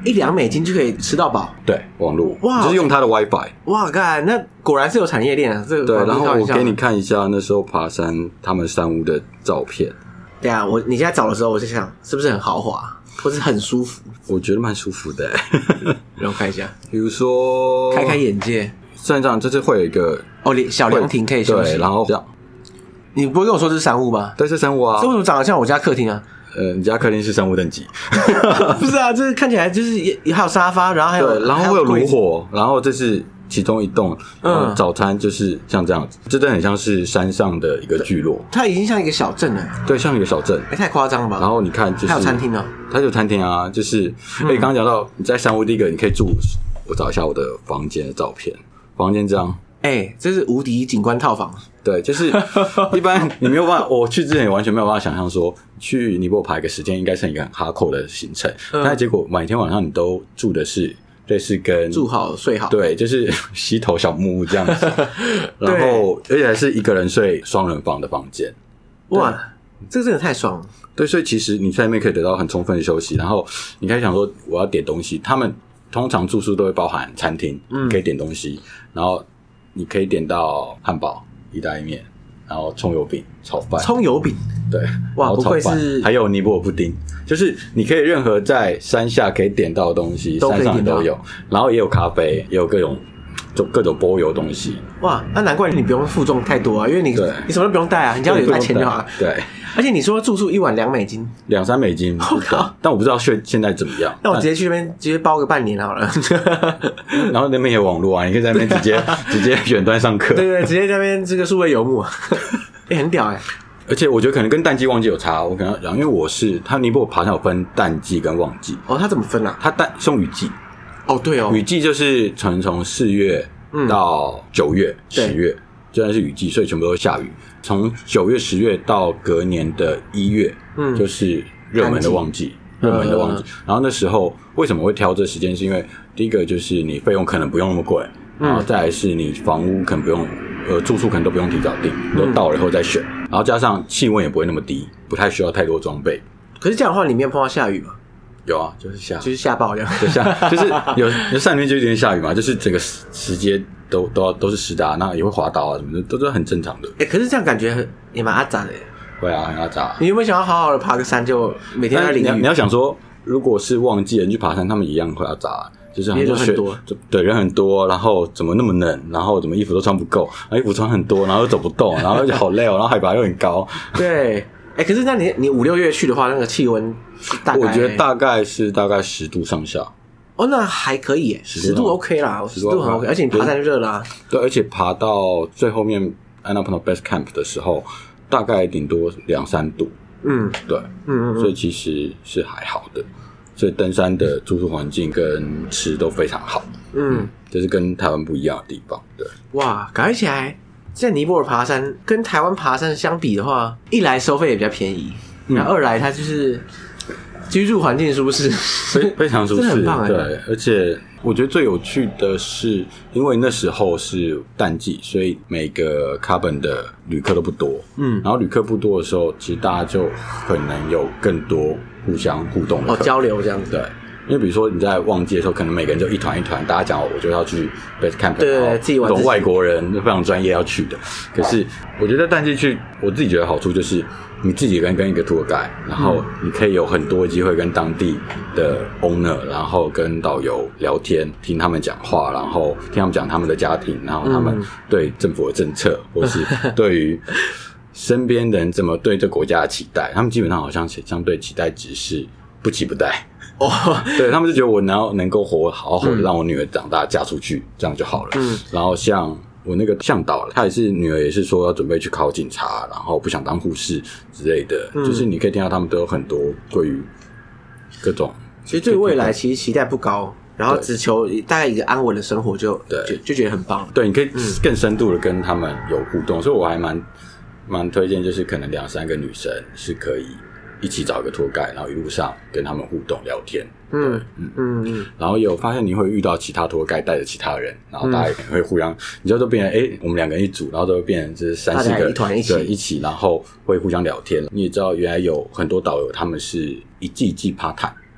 $1-2就可以吃到饱。 对，网络哇， 就是用它的 WiFi。 哇，干，那果然是有产业链啊！这个对，然后我给你看一下那时候爬山他们山屋的照片。 对啊，你现在找的时候，我就想是不是很豪华，或是很舒服？ 我觉得蛮舒服的。 让我看一下， 比如说开眼界。 山上这次会有一个小凉亭可以休息。 对，然后这样。 你不会跟我说这是山屋吧？ 对，是山屋啊。 这为什么长得像我家客厅啊？ 你家客厅是山屋等级。 不是啊，这看起来就是还有沙发，然后还有对，然后会有炉火，然后这是其中一栋。早餐就是像这样子，真的很像是山上的一个聚落。 它已经像一个小镇了。 对，像一个小镇。 太夸张了吧？ 然后你看，就是还有餐厅哦。 它有餐厅啊，就是刚刚讲到你在山屋第一个，你可以住。我找一下我的房间的照片，房间这样。 这是无敌景观套房。 对，就是一般你没有办法，我去之前也完全没有办法想象说去尼泊尔爬一个时间应该是一个很哈扣的行程，但结果每天晚上你都住的是类似跟住好睡好， 对，就是溪头小木屋这样子，然后而且还是一个人睡双人房的房间。 哇，这真的太爽了。 对，所以其实你在那边可以得到很充分的休息，然后你可以想说我要点东西，他们通常住宿都会包含餐厅，可以点东西，然后你可以点到汉堡、意大利面，然后葱油饼、炒饭。葱油饼， 对， 哇，不愧是， 还有尼泊尔布丁，就是你可以任何在山下可以点到的东西，山上都有，然后也有咖啡，也有各种波油东西。哇， 那难怪你不用负重太多啊，因为你什么都不用带啊，你只要有带钱就好了。 对。 而且你说住宿1晚$2，$2-3， 但我不知道现在怎么样。 那我直接去那边直接包个半年好了。 然后那边有网络啊，你可以在那边直接远端上课。 对，直接在那边这个数位游牧，很屌而且我觉得可能跟淡季旺季有差，我可能要讲，因为他尼泊尔爬山有分淡季跟旺季。 他怎么分啊？ 他送雨季。 对哦， 雨季就是从4月到9月、10月，虽然是雨季，所以全部都下雨。从9月、10月到隔年的1月，就是热门的旺季，然后那时候为什么会挑这时间？是因为第一个就是你费用可能不用那么贵，然后再来是你房屋可能不用，住宿可能都不用提早订，都到了以后再选，然后加上气温也不会那么低，不太需要太多装备。 可是这样的话，你没有碰到下雨吗？ 有啊，就是下暴这样， 就是有山里面就有点下雨嘛，就是整个石阶都是湿的啊，那也会滑倒啊什么的，都是很正常的。 可是这样感觉也蛮阿杂的。 会啊，很阿杂。 你有没有想要好好的爬个山，就每天在淋雨？ 你要想说，如果是旺季人去爬山，他们一样会阿杂，就是人很多，对，人很多，然后怎么那么冷，然后怎么衣服都穿不够，然后衣服穿很多，然后又走不动，然后又好累哦，然后海拔又很高。 对。可是那你5-6月去的话，那个气温大概， 我觉得大概10度上下。 那还可以耶，10度 OK 啦，10度很 OK， 而且你爬山就热啦。 对，而且爬到最后面 Annapurna Base Camp 的时候，大概顶多2-3度。对，所以其实是还好的。所以登山的住宿环境跟吃都非常好。这是跟台湾不一样的地方。对， 哇，感觉起来。在尼泊尔爬山跟台湾爬山相比的话，一来收费也比较便宜，然后二来它就是居住环境舒适， 非常舒适， 很棒。 对，而且我觉得最有趣的是，因为那时候是淡季，所以每个 Carbon 的旅客都不多。然后旅客不多的时候，其实大家就可能有更多互相互动的交流这样子。 对。因为比如说你在旺季的时候，可能每个人就一团，大家讲我就要去 Base Camp， 对，自己玩。 这种外国人非常专业要去的。可是我觉得淡季去，我自己觉得好处就是你自己跟一个 tour guide， 然后你可以有很多机会跟当地的 owner， 然后跟导游聊天，听他们讲话，然后听他们讲他们的家庭，然后他们对政府的政策，或是对于身边人怎么对这国家的期待，他们基本上好像相对期待值是不期不待。对，他们就觉得我能够好好的让我女儿长大嫁出去，这样就好了。然后像我那个向导，他女儿也是说要准备去考警察，然后不想当护士之类的。就是你可以听到他们都有很多对于各种， 其实对未来其实期待不高，然后只求大概一个安稳的生活就觉得很棒。 对，你可以更深度的跟他们有互动，所以我还蛮推荐，就是可能2-3个女生是可以一起找一个tour guide，然后一路上跟他们互动聊天。然后也有发现你会遇到其他tour guide带着其他人，然后大家也可能会互相，你就都变成我们2个人一组，然后都会变成就是3-4个一团一起，然后会互相聊天。你也知道原来有很多导游他们是一季 part time，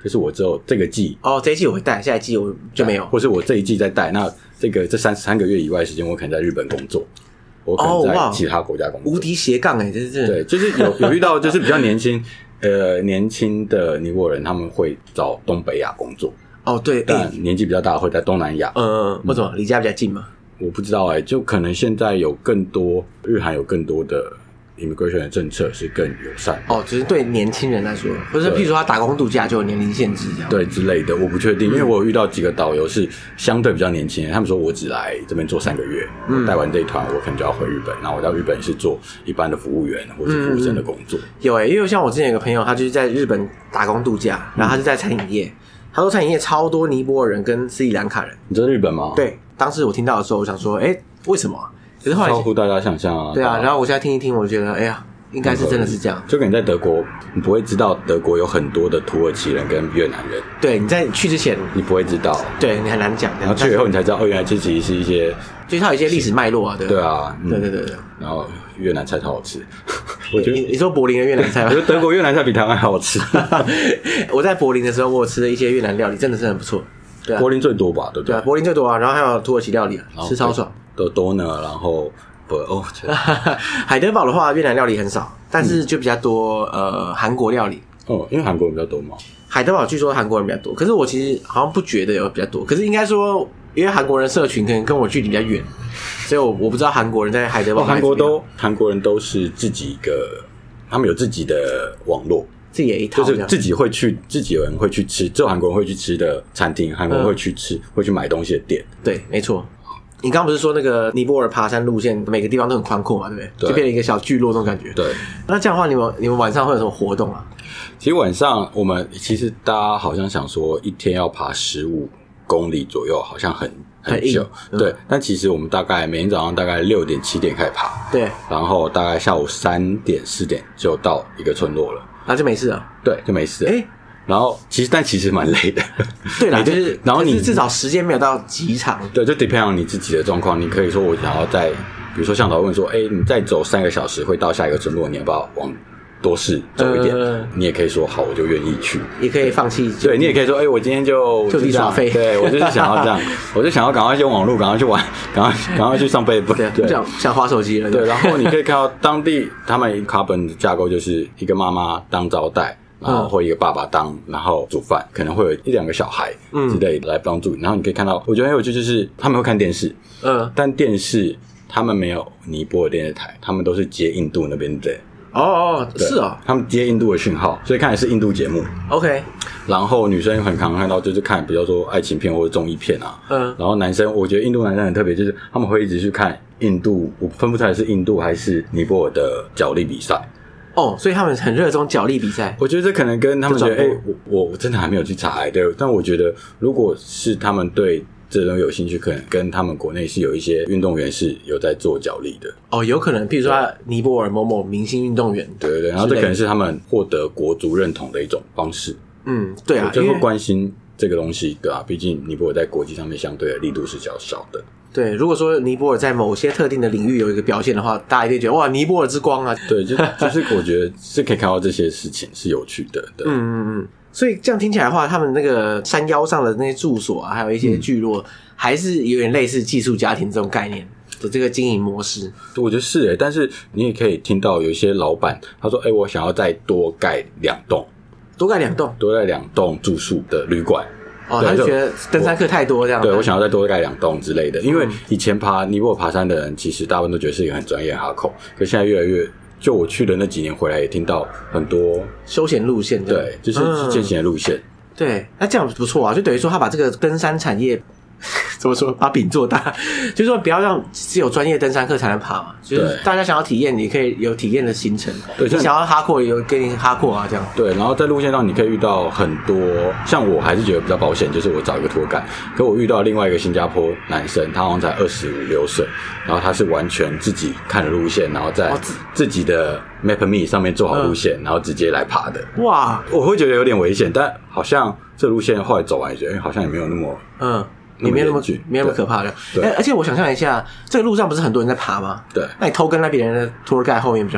就是我只有这个季这一季我会带，下一季我就没有， 或是我这一季在带，那这3个月以外的时间，我可能在日本工作，我可能在其他国家工作， 无敌斜杠这是对，就是有遇到就是比较年轻的尼泊尔人，他们会找东北亚工作。 对， 但年纪比较大会在东南亚。 为什么离家比较近吗？ 我不知道就可能现在有更多日韩有更多的 immigration 的政策是更友善只是对年轻人来说，或者譬如说他打工度假就有年龄限制这样， 对之类的，我不确定，因为我有遇到几个导游是相对比较年轻人，他们说我只来这边做3个月，我带完这一团我可能就要回日本，然后我到日本是做一般的服务员或是服务生的工作。 有因为像我之前有个朋友，他就是在日本打工度假，然后他是在餐饮业，他说餐饮业超多尼泊尔人跟斯里兰卡人。 你知道日本吗？ 对，当时我听到的时候，我想说，为什么？可是后来超乎大家想象啊。 对啊，然后我现在听一听，我就觉得，应该是真的是这样。 就跟你在德国，你不会知道德国有很多的土耳其人跟越南人。 对，你在去之前你不会知道， 对你很难讲。 然后去以后你才知道，原来这其实是一些， 就是它有一些历史脉络啊。 对啊， 对。 然后越南菜超好吃， 我觉得你说柏林的越南菜吗？ 我觉得德国越南菜比台湾还好吃。 我在柏林的时候，我有吃了一些越南料理，真的是很不错。对啊， 柏林最多吧，对不对？ 对啊，柏林最多啊，然后还有土耳其料理吃超爽。 多呢，然后海德堡的话，越南料理很少，但是就比较多韩国料理。 因为韩国人比较多嘛。 海德堡据说韩国人比较多，可是我其实好像不觉得有比较多，可是应该说，因为韩国人社群可能跟我距离比较远，所以我不知道韩国人在海德堡。 韩国人都是自己一个，他们有自己的网络。 自己也一套， 就是自己有人会去吃，只有韩国人会去吃的餐厅，韩国人会去吃，会去买东西的店。 对，没错。你刚刚不是说那个尼泊尔爬山路线，每个地方都很宽阔嘛，对不对？ 对， 就变成一个小聚落那种感觉。 对。 那这样的话，你们晚上会有什么活动啊？ 其实晚上其实大家好像想说一天要爬15公里左右，好像很久。对。但其实我们大概每天早上大概6点7点开始爬。 对。然后大概下午3点4点就到一个村落了。 那就没事了。 对，就没事了。然后其实蛮累的。 对啦，就是然后你至少时间没有到极长。 对，就 depend on 你自己的状况。你可以说我想要比如说向导问说，你再走3个小时会到下一个村落，你要不要往多市走一点？你也可以说好，我就愿意去。 也可以放弃。 对，你也可以说，我今天就地耍废。 对，我就是想要这样，我就想要赶快去网路，赶快去玩，赶快去上背部。 对，这样想滑手机了。 对，然后你可以看到当地他们 carbon 的架构就是一个妈妈当招待。然后或一个爸爸然后煮饭，可能会有1-2个小孩之类的来帮助。然后你可以看到，我觉得很有趣，就是他们会看电视，但电视他们没有尼泊尔电视台，他们都是接印度那边的。 是哦， 他们接印度的讯号，所以看的是印度节目。 OK。 然后女生很常看到就是看，比如说爱情片或者综艺片啊。然后男生，我觉得印度男生很特别，就是他们会一直去看印度，我分不出来是印度还是尼泊尔的角力比赛。 所以他们很热衷角力比赛。 我觉得这可能跟他们觉得，我真的还没有去查对，但我觉得如果是他们对这种有兴趣，可能跟他们国内是有一些运动员是有在做角力的。 有可能，譬如说尼泊尔某某明星运动员。 对，然后这可能是他们获得国族认同的一种方式。 对啊， 就会关心这个东西，对啊，毕竟尼泊尔在国际上面相对的力度是较小的。 对，如果说尼泊尔在某些特定的领域有一个表现的话，大家一定觉得哇，尼泊尔之光啊！ 对，就是我觉得是可以看到这些事情是有趣的。对， 所以这样听起来的话，他们那个山腰上的那些住所啊，还有一些聚落，还是有点类似寄宿家庭这种概念的这个经营模式。 我觉得是但是你也可以听到有一些老板他说，我想要再多盖2栋， 多盖2 栋住宿的旅馆。 他就觉得登山客太多这样。 对，我想要再多盖2栋之类的，因为以前尼泊尔爬山的人，其实大部分都觉得是一个很专业的哈口，可现在越来越，就我去的那几年回来，也听到很多休闲路线， 对，就是健行的路线。 对，那这样不错啊，就等于说他把这个登山产业怎么说，把饼做大，就是说不要让只有专业登山客才能爬嘛，就是大家想要体验，你可以有体验的行程。对，你想要哈阔有给你哈阔啊，这样。对， 然后在路线上你可以遇到很多，像我还是觉得比较保险，就是我找一个托干，可我遇到另外一个新加坡男生，他好像才25-26岁，然后他是完全自己看了路线，然后在自己的 MapMe 上面做好路线，然后直接来爬的。哇，我会觉得有点危险，但好像这路线后来走完，觉得好像也没有那么也没有那么可怕的。而且我想象一下，这个路上不是很多人在爬吗？ 对， 那你偷跟在别人的 tour guide 后面比较好。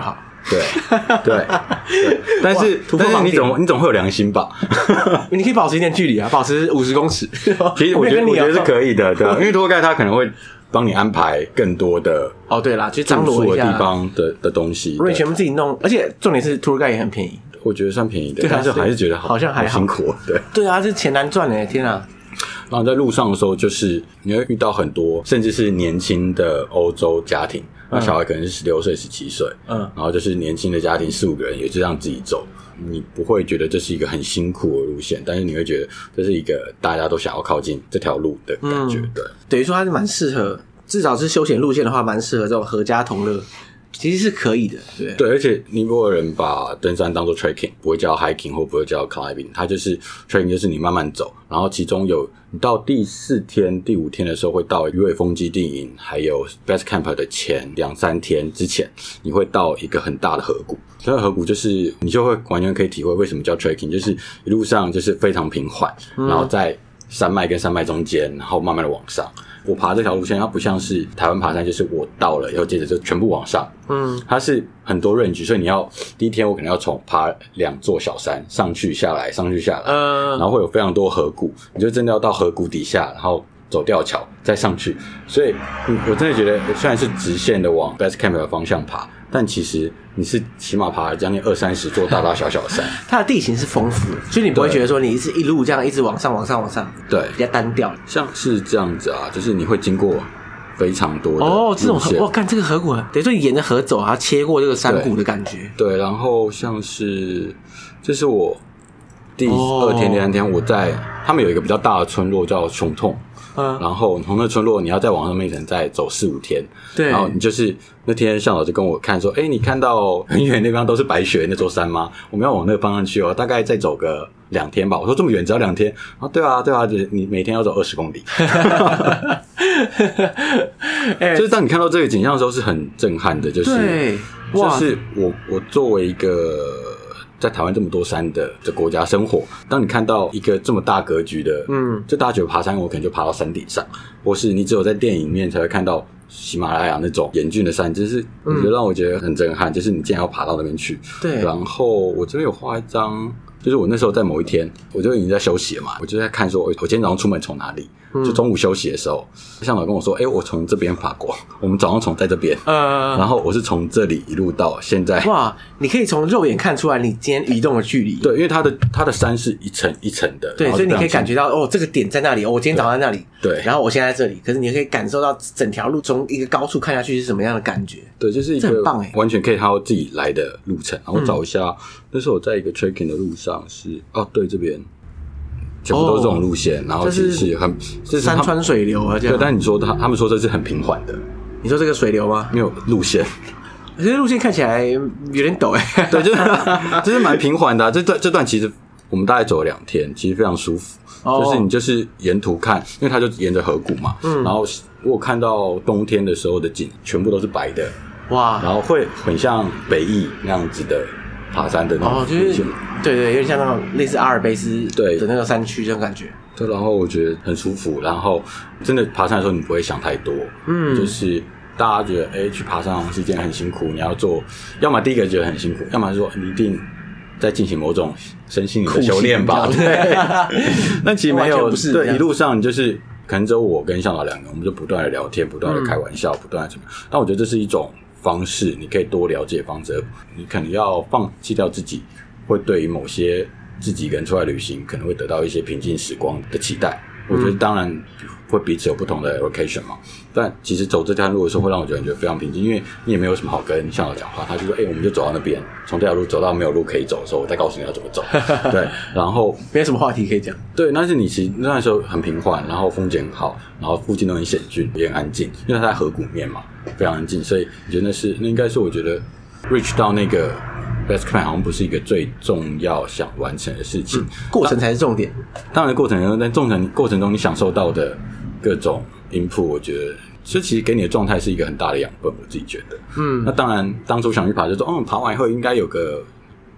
对，但是你总会有良心吧？ 你可以保持一点距离啊，保持50公尺。 其实我觉得是可以的，对，因为托盖他可能会帮你安排更多的对啦，去张罗一下的地方的东西。 如果你全部自己弄，而且重点是 tour guide 也很便宜， 我觉得算便宜的，但是还是觉得好像还好辛苦， 对啊，这钱难赚欸，天啊！ 然后在路上的时候，就是你会遇到很多，甚至是年轻的欧洲家庭，那小孩可能是16岁、17岁，然后就是年轻的家庭4-5个人，也是让自己走。你不会觉得这是一个很辛苦的路线，但是你会觉得这是一个大家都想要靠近这条路的感觉。对， 等于说它是蛮适合，至少是休闲路线的话，蛮适合这种合家同乐。其实是可以的，对， 而且尼泊尔人把登山当作 trekking， 不会叫 hiking 或不会叫 climbing， 它就是 trekking， 就是你慢慢走，然后其中你到第4天、第5天的时候会到鱼尾峰基地营，还有 base camp 的前2-3天之前，你会到一个很大的河谷。这个河谷就是你就会完全可以体会为什么叫 trekking， 就是一路上就是非常平缓，然后在山脉跟山脉中间，然后慢慢的往上。我爬这条路线，它不像是台湾爬山，就是我到了以后接着就全部往上。它是很多 range， 所以你要第一天我可能要从爬2座小山上去下来，然后会有非常多河谷，你就真的要到河谷底下，然后走吊桥再上去。所以我真的觉得，虽然是直线的往 base camp 的方向爬，但其实你是起码爬了将近20-30座大大小小的山。 它的地形是丰富的，所以你不会觉得说你是一路这样一直往上， 对， 比较单调。 像是这样子啊，就是你会经过非常多的这种河，看这个河谷，等于说你沿着河走，然后切过这个山谷的感觉。 对，然后像是这是我第2天、第3天，他们有一个比较大的村落叫熊痛。然后从那村落你要再往上面可能再走4-5天， 对， 然后你就是那天向导就跟我看说，你看到很远那边都是白雪那座山吗？我们要往那个方向去哦，大概再走个2天吧。我说这么远只要2天？对啊，就是你每天要走20公里。就是当你看到这个景象的时候是很震撼的，就是我作为一个在台湾这么多山的国家生活，当你看到一个这么大格局的，就大家觉得爬山我可能就爬到山顶上，或是你只有在电影里面才会看到喜马拉雅那种严峻的山，就是我觉得让我觉得很震撼，就是你竟然要爬到那边去。 对， 然后我这边有画一张，就是我那时候在某一天，我就已经在休息了嘛，我就在看说我今天早上出门从哪里，就中午休息的时候，向导跟我说，我从这边爬过，我们早上从在这边，然后我是从这里一路到现在。 哇，你可以从肉眼看出来你今天移动的距离。 对，因为它的山是一层一层的， 对，所以你可以感觉到这个点在那里，我今天早上在那里， 对， 然后我现在在这里，可是你可以感受到整条路从一个高处看下去是什么样的感觉。 对，就是一个很棒完全可以靠自己来的路程。然后找一下，那时候我在一个 trekking 的路上是对，这边全部都是这种路线，然后其实是很山川水流啊，这样。 对，但你说他们说这是很平缓的， 你说这个水流吗？ 没有路线， 可是路线看起来有点陡对，就是蛮平缓的。这段其实我们大概走了2天，其实非常舒服。就是你就是沿途看，因为它就沿着河谷嘛，然后我有看到冬天的时候的景全部都是白的，哇，然后会很像北翼那样子的爬山的那种路线。 对，有点像那种类似阿尔卑斯的那个山区这种感觉。 对，然后我觉得很舒服，然后真的爬山的时候你不会想太多，就是大家觉得去爬山是一件很辛苦，你要做，要么第一个觉得很辛苦，要么是说你一定在进行某种身心灵的修炼吧。对，但其实没有，对，一路上你就是可能只有我跟向导2个人，我们就不断的聊天，不断的开玩笑，不断的怎么样。但我觉得这是一种方式，你可以多了解方式，你可能要放弃掉自己会对于某些自己一个人出来旅行可能会得到一些平静时光的期待。我觉得当然会彼此有不同的 location 嘛，但其实走这条路的时候会让我觉得非常平静，因为你也没有什么好跟向导讲话，他就说我们就走到那边，从这条路走到没有路可以走的时候，我再告诉你要怎么走。对，然后没有什么话题可以讲。 对，但是你其实那时候很平缓，然后风景很好，然后附近都很险峻也很安静，因为它在河谷面嘛，非常安静，所以我觉得那应该是我觉得 reach 到那个base camp 好像不是一个最重要想完成的事情， 过程才是重点。 当然过程中，但过程中你享受到的各种 input， 我觉得这其实给你的状态是一个很大的养分，我自己觉得。那当然当初想去爬就说爬完以后应该有个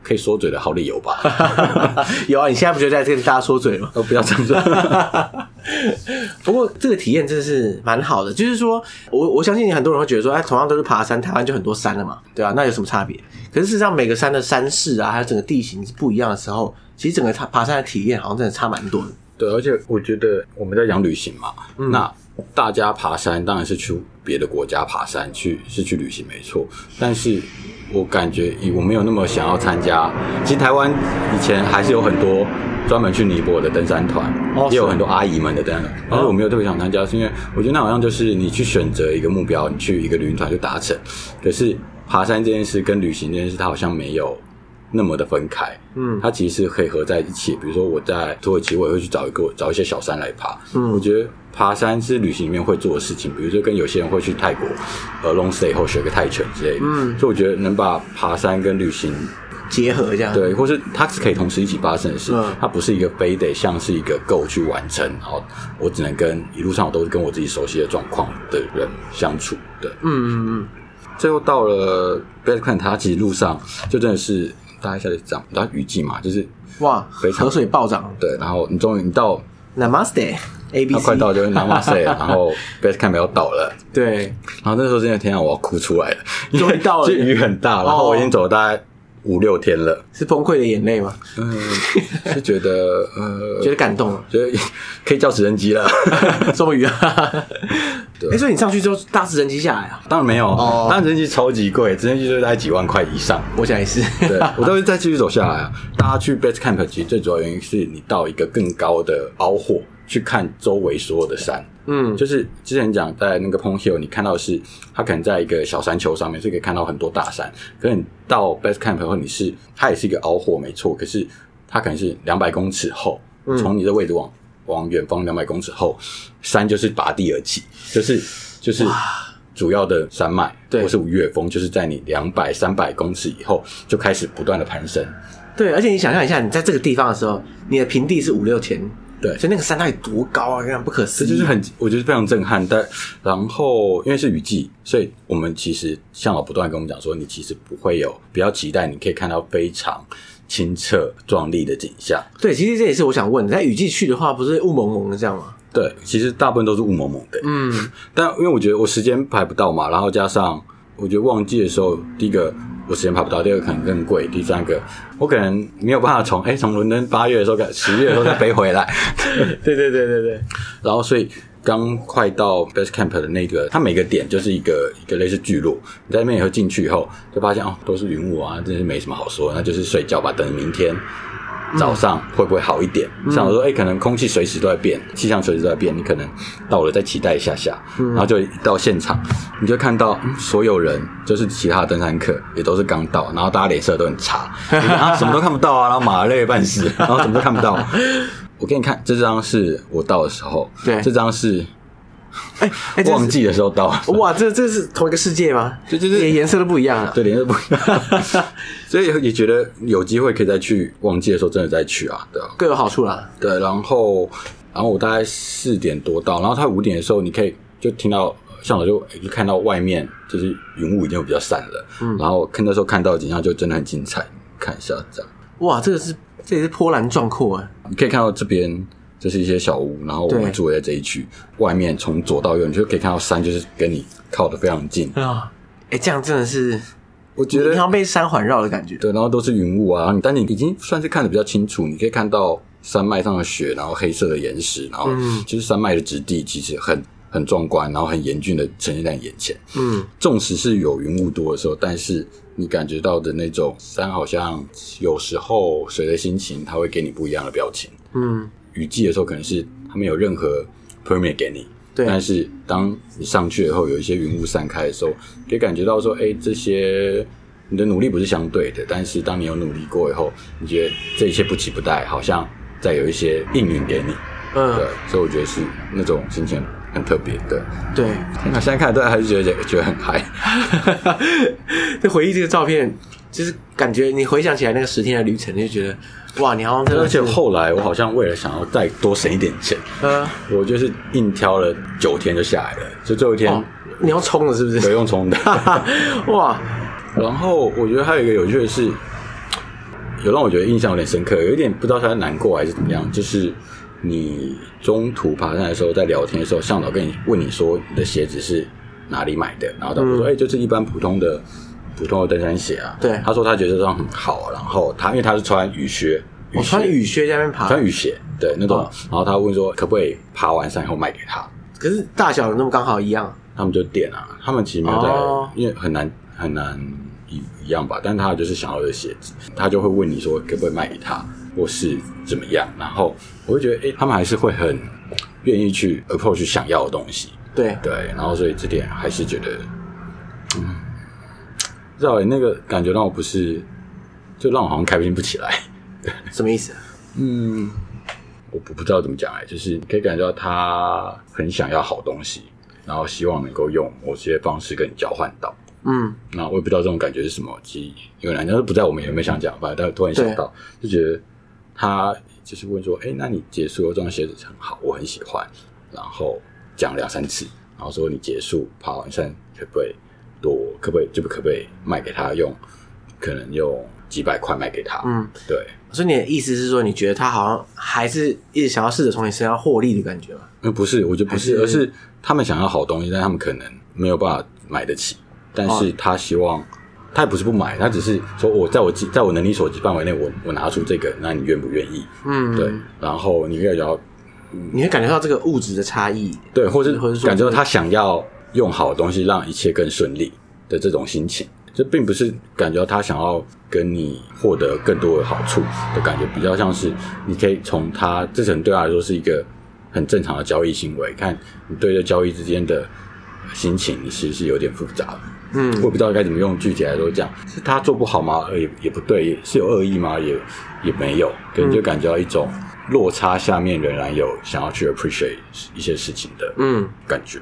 可以说嘴的好理由吧？ 有啊，你现在不就在跟大家说嘴吗？ 不要这样说。 不过这个体验真的是蛮好的，就是说我相信很多人会觉得说，同样都是爬山，台湾就很多山了嘛，对啊，那有什么差别？可是事实上每个山的山势啊，还有整个地形是不一样的时候，其实整个爬山的体验好像真的差蛮多的。 对，而且我觉得我们在讲旅行嘛，那大家爬山当然是去别的国家爬山，去旅行没错，但是我感觉我没有那么想要参加。其实台湾以前还是有很多专门去尼泊尔的登山团，也有很多阿姨们的登山团，但是我没有特别想参加，是因为我觉得那好像就是你去选择一个目标，你去一个旅行团就达成。可是爬山这件事跟旅行这件事，它好像没有那么的分开，它其实是可以合在一起。比如说我在土耳其，我也会去找一些小山来爬。我觉得爬山是旅行里面会做的事情，比如说跟有些人会去泰国long stay 后学个泰拳之类的。所以我觉得能把爬山跟旅行结合这样， 对，或是它是可以同时一起发生的事，它不是一个非得像是一个 goal 去完成，然后我只能跟一路上我都是跟我自己熟悉的状况的人相处。对，最后到了 Base Camp， 它其实路上就真的是大概下来讲，然后雨季嘛，就是哇，河水暴涨。 对，然后你终于你到 Namaste ABC， 快到就是 Namaste， 然后 Base Camp 要到了。对，然后那时候真的天啊，我要哭出来了， 终于到了， 雨很大，然后我已经走了大概5-6天了。是崩溃的眼泪吗？ 是觉得觉得感动了， 觉得可以叫直升机了， 终于啊！所以你上去之后搭直升机下来啊？ 当然没有，当然直升机超级贵，直升机就是大概几万块以上。 我想也是，对， 我都会再继续走下来啊。大家去 Base Camp 其实最主要原因是你到一个更高的凹货去看周围所有的山。就是之前讲在那个 Pong Hill， 你看到的是它可能在一个小山丘上面，所以可以看到很多大山。可是你到 Base Camp 后，它也是一个凹货没错，可是它可能是200公尺后，从你的位置往远方200公尺后，山就是拔地而起，就是主要的山脉或是岳峰，就是在你200-300公尺以后就开始不断的攀升。对， 而且你想象一下，你在这个地方的时候，你的平地是5-6千。 对， 所以那个山到底多高啊？这样不可思议， 这就是我觉得非常震撼。然后因为是雨季，所以我们其实向导不断跟我们讲说，你其实不要期待你可以看到非常清澈壮丽的景象。对， 其实这也是我想问的，在雨季去的话，不是雾蒙蒙的这样吗？ 对，其实大部分都是雾蒙蒙的。但因为我觉得我时间排不到嘛，然后加上我觉得旺季的时候，第一个我时间排不到，第二个可能更贵，第三个我可能没有办法从伦敦8月的时候10月的时候再飞回来。对。然后所以刚快到 Base Camp 的那个，它每个点就是一个类似聚落，你在那边以后进去以后就发现都是云雾啊，真是没什么好说，那就是睡觉吧，等明天早上会不会好一点？像我说，可能空气随时都在变，气象随时都在变，你可能到了再期待一下下，然后就一到现场，你就看到所有人，就是其他的登山客也都是刚到，然后大家脸色都很差，什么都看不到啊，然后马累半死，然后什么都看不到。我给你看，这张是我到的时候，对，这张是。旺季的时候到， 哇，这是同一个世界吗？就是颜色都不一样啊， 对，颜色不一样，所以也觉得有机会可以再去旺季的时候真的再去啊，对啊， 各有好处啦。 对，然后我大概4点多到，然后他5点的时候，你可以就听到向导就看到外面就是云雾已经比较散了，然后那时候看到的景象就真的很精彩，看一下这样。 哇，这也是波澜壮阔啊！ 你可以看到这边。这是一些小屋，然后我们住在这一区，外面从左到右，你就可以看到山，就是跟你靠得非常近啊！这样真的是， 我觉得你好像被山环绕的感觉。 对，然后都是云雾啊，但你已经算是看得比较清楚，你可以看到山脉上的雪，然后黑色的岩石，然后其实山脉的质地其实很壮观，然后很严峻的呈现在你眼前。纵使是有云雾多的时候，但是你感觉到的那种山，好像有时候随着心情，它会给你不一样的表情。雨季的时候可能是它没有任何 permit 给你，对。但是当你上去以后，有一些云雾散开的时候，可以感觉到说，这些你的努力不是相对的，但是当你有努力过以后，你觉得这一切不期不待，好像再有一些应允给你，对。所以我觉得是那种心情很特别的，对。那现在看还是觉得很嗨。 这回忆这个照片，就是感觉你回想起来那个10天的旅程，你就觉得。哇，你好像真的， 而且后来我好像为了想要再多省一点钱，我就是硬挑了9天就下来了，就最后一天， 你要冲了是不是？ 对，用冲的。哇，然后我觉得还有一个有趣的是， 有让我觉得印象有点深刻，有一点不知道他难过还是怎么样，就是你中途爬山的时候，在聊天的时候，向导问你说你的鞋子是哪里买的，然后他说就是一般普通的登山鞋啊。 对， 他说他觉得这样很好，然后因为他是穿雨靴， 穿雨靴在那边爬， 穿雨鞋，对那种，然后他问说可不可以爬完山以后卖给他， 可是大小那么刚好一样， 他们就点啊，他们其实没有在，因为很难一样吧，但是他就是想要的鞋子，他就会问你说可不可以卖给他，或是怎么样，然后我会觉得他们还是会很愿意去 approach 想要的东西，对，然后所以这点还是觉得不知道那个感觉让我就让我好像开心不起来。 什么意思？ 我不知道怎么讲就是可以感觉到他很想要好东西，然后希望能够用某些方式跟你交换到。那我也不知道这种感觉是什么，其实因为人家不在我们有没有想讲，反正突然想到，就觉得他就是问说，那你结束了这双鞋子很好，我很喜欢，然后讲2-3次，然后说你结束爬完山可不可以卖给他用，可能用几百块卖给他。对。 所以你的意思是说，你觉得他好像还是一直想要试着从你身上获利的感觉吗？ 不是，我觉得不是，而是他们想要好东西，但他们可能没有办法买得起。但是他希望，他也不是不买，他只是说在我能力所及范围内，我拿出这个，那你愿不愿意？对。然后你越要， 你会感觉到这个物质的差异， 对，或是感觉到他想要用好的东西让一切更顺利的这种心情。这并不是感觉到他想要跟你获得更多的好处的感觉，比较像是你可以从他，这可能对他来说是一个很正常的交易行为。看你对这交易之间的心情，你其实是有点复杂的。我不知道该怎么用具体来说讲，是他做不好吗？也不对，是有恶意吗？也没有，对，你就感觉到一种落差下面仍然有想要去 appreciate 一些事情的感觉。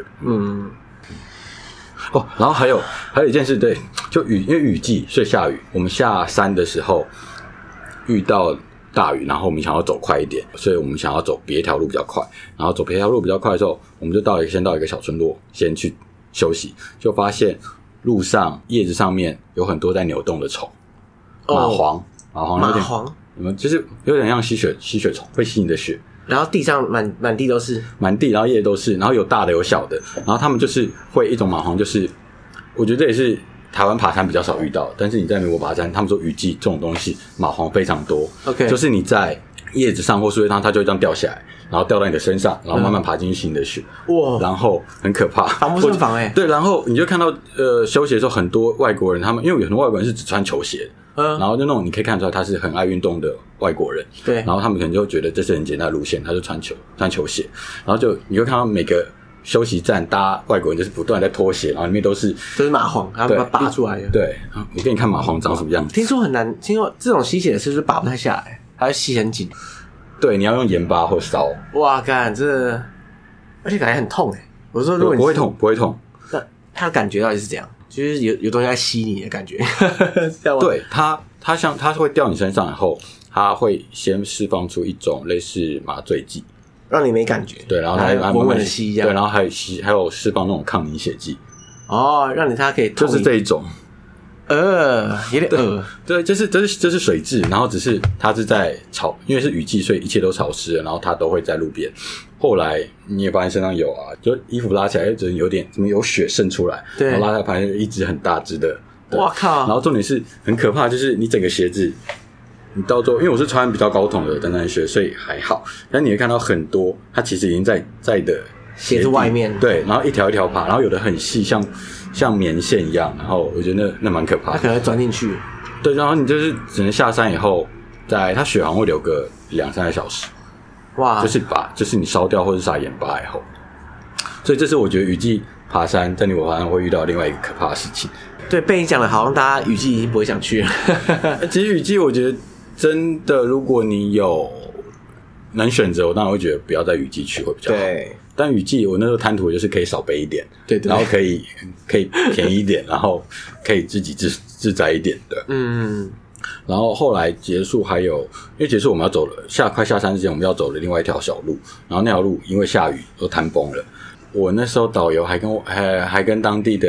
然后还有一件事，对，就因为雨季，所以下雨。我们下山的时候遇到大雨，然后我们想要走快一点，所以我们想要走别条路比较快。然后走别条路比较快的时候，我们就先到一个小村落，先去休息，就发现路上叶子上面有很多在扭动的虫，蚂蟥，你们就是有点像吸血虫，会吸你的血。 然后地上满地都是， 然后叶都是，然后有大的有小的，然后他们就是会一种蚂蟥，就是我觉得这也是台湾爬山比较少遇到，但是你在美国爬山，他们说雨季这种东西蚂蟥非常多。 OK， 就是你在叶子上或树叶上，它就会这样掉下来，然后掉到你的身上，然后慢慢爬进去吸你的血。哇，然后很可怕， 防不胜防对， 然后你就看到休息的时候，很多外国人，他们因为有很多外国人是只穿球鞋。然后就那种你可以看出来他是很爱运动的外国人， 对， 然后他们可能就觉得这是很简单的路线，他就穿球鞋，然后你会看到每个休息站，大家外国人就是不断在脱鞋，然后里面都是蚂蟥，他们把它拔出来的。 对，我给你看蚂蟥长什么样子。 听说很难，听说这种吸血的是不是拔不太下来，还要吸很紧？ 对，你要用盐巴或烧。 哇，干这，而且感觉很痛我说如果你不会痛， 那他的感觉到底是怎样？就是有东西在吸你的感觉。 对，它会掉你身上以后，它会先释放出一种类似麻醉剂， 让你没感觉。 对，然后它稳稳的吸一样。 对，然后还有释放那种抗凝血剂。 让它可以就是这一种。 有点对，这是水蛭，然后只是它是在因为是雨季，所以一切都潮湿了，然后它都会在路边。后来你也发现身上有就衣服拉起来，就有点怎么有血渗出来， 对， 然后拉起来发现一只很大只的， 哇靠！ 然后重点是很可怕，就是你整个鞋子，你到最后，因为我是穿比较高筒的登山靴，所以还好，但你会看到很多，它其实已经在的鞋子外面， 对，然后一条一条爬，然后有的很细，像棉线一样，然后我觉得那蛮可怕的， 它可能会钻进去， 对，然后你就是只能下山以后，它血好像会流个2-3个小时。哇！就是你烧掉或者撒盐巴以后，所以这是我觉得雨季爬山在尼泊尔爬山会遇到另外一个可怕的事情。 对，被你讲的好像大家雨季已经不会想去了。 其实雨季我觉得真的，如果你有能选择，我当然会觉得不要在雨季去会比较好。 对， 但雨季我那时候贪图就是可以少背一点， 对， 然后可以便宜一点，然后可以自己自在一点的。然后后来结束因为结束我们要走了快下山之前我们要走了另外一条小路，然后那条路因为下雨都坍崩了。我那时候导游还跟当地的